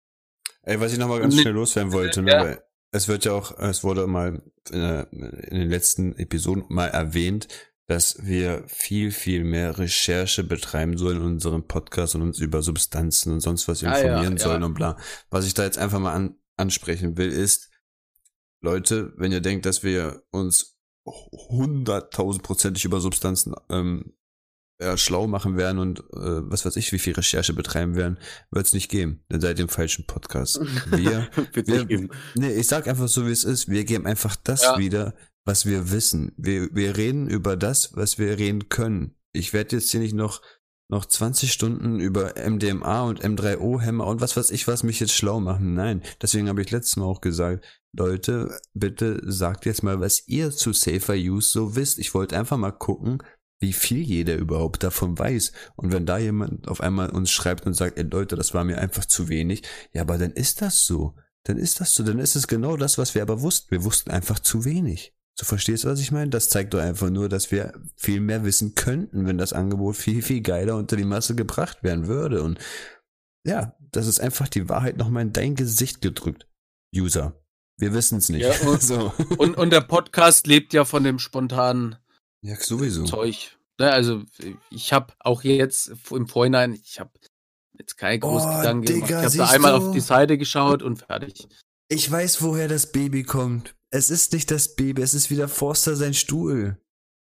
Ey, was ich nochmal ganz Nee, schnell loswerden wollte, ne, ja. weil es wird ja auch, es wurde mal in, der- in den letzten Episoden mal erwähnt, dass wir viel, viel mehr Recherche betreiben sollen in unserem Podcast und uns über Substanzen und sonst was Ah, informieren ja, sollen ja. und bla. Was ich da jetzt einfach mal an, ansprechen will, ist, Leute, wenn ihr denkt, dass wir uns hunderttausendprozentig über Substanzen ähm, ja, schlau machen werden und äh, was weiß ich, wie viel Recherche betreiben werden, wird es nicht geben. Dann seid ihr im falschen Podcast. Wir, Wird's wir nicht geben. nee, ich sag einfach so, wie es ist. Wir geben einfach das Ja. wieder, was wir wissen. Wir, wir reden über das, was wir reden können. Ich werde jetzt hier nicht noch noch zwanzig Stunden über M D M A und M drei O Hämmer und was weiß ich, was mich jetzt schlau machen. Nein, deswegen habe ich letztes Mal auch gesagt, Leute, bitte sagt jetzt mal, was ihr zu Safer Use so wisst. Ich wollte einfach mal gucken, wie viel jeder überhaupt davon weiß. Und wenn da jemand auf einmal uns schreibt und sagt, ey Leute, das war mir einfach zu wenig, ja, aber dann ist das so. Dann ist das so. Dann ist es genau das, was wir aber wussten. Wir wussten einfach zu wenig. Du verstehst, was ich meine? Das zeigt doch einfach nur, dass wir viel mehr wissen könnten, wenn das Angebot viel, viel geiler unter die Masse gebracht werden würde. Und ja, das ist einfach die Wahrheit nochmal in dein Gesicht gedrückt. User. Wir wissen es nicht. Ja, und- so. Und, und der Podcast lebt ja von dem spontanen Ja, sowieso. Zeug. Ne, also ich habe auch jetzt im Vorhinein, ich habe jetzt keine großen Oh, Gedanken Digga, gemacht. Ich habe da siehst einmal du? auf die Seite geschaut und fertig. Ich weiß, woher das Baby kommt. Es ist nicht das Baby, es ist wieder Forster sein Stuhl.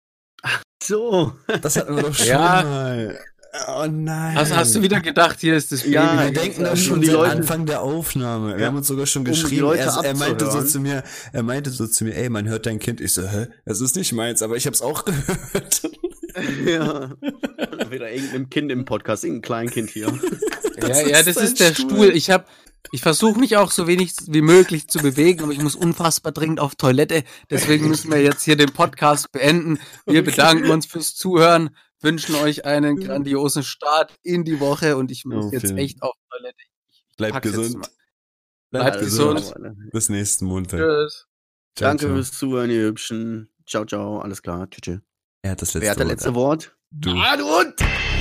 So. Das hatten wir doch schon Ja. mal. Oh nein. Also hast du wieder gedacht, hier ist das Baby. Ja, Wir ich- denken um das schon die seit Leute- Anfang der Aufnahme. Wir Ja. haben uns sogar schon Um die geschrieben. Leute er, er meinte so abzuhören. zu mir, er meinte so zu mir, ey, man hört dein Kind. Ich so, hä? Das ist nicht meins, aber ich hab's auch gehört. Ja. Wieder irgendeinem Kind im Podcast, irgendein Kleinkind hier. Ja, ja, das sein ist der Stuhl. Stuhl. Ich habe, ich versuche mich auch so wenig wie möglich zu bewegen, aber ich muss unfassbar dringend auf Toilette. Deswegen müssen wir jetzt hier den Podcast beenden. Wir bedanken uns fürs Zuhören, wünschen euch einen grandiosen Start in die Woche und ich muss Oh, jetzt vielen- echt auf Toilette. Ich Bleibt pack's jetzt gesund. mal. Bleibt Bleibt gesund. gesund. Bis nächsten Montag. Tschüss. Ciao, Danke ciao. fürs Zuhören, ihr Hübschen. Ciao, ciao. Alles klar. Tschüss. tschüss. Er hat das letzte Wer hat das Wort. letzte Wort? Du. Ah, du Hund!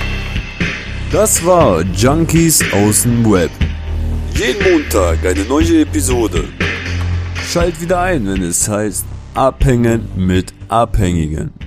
Das war Junkies aus dem Web. Jeden Montag eine neue Episode. Schalt wieder ein, wenn es heißt Abhängen mit Abhängigen.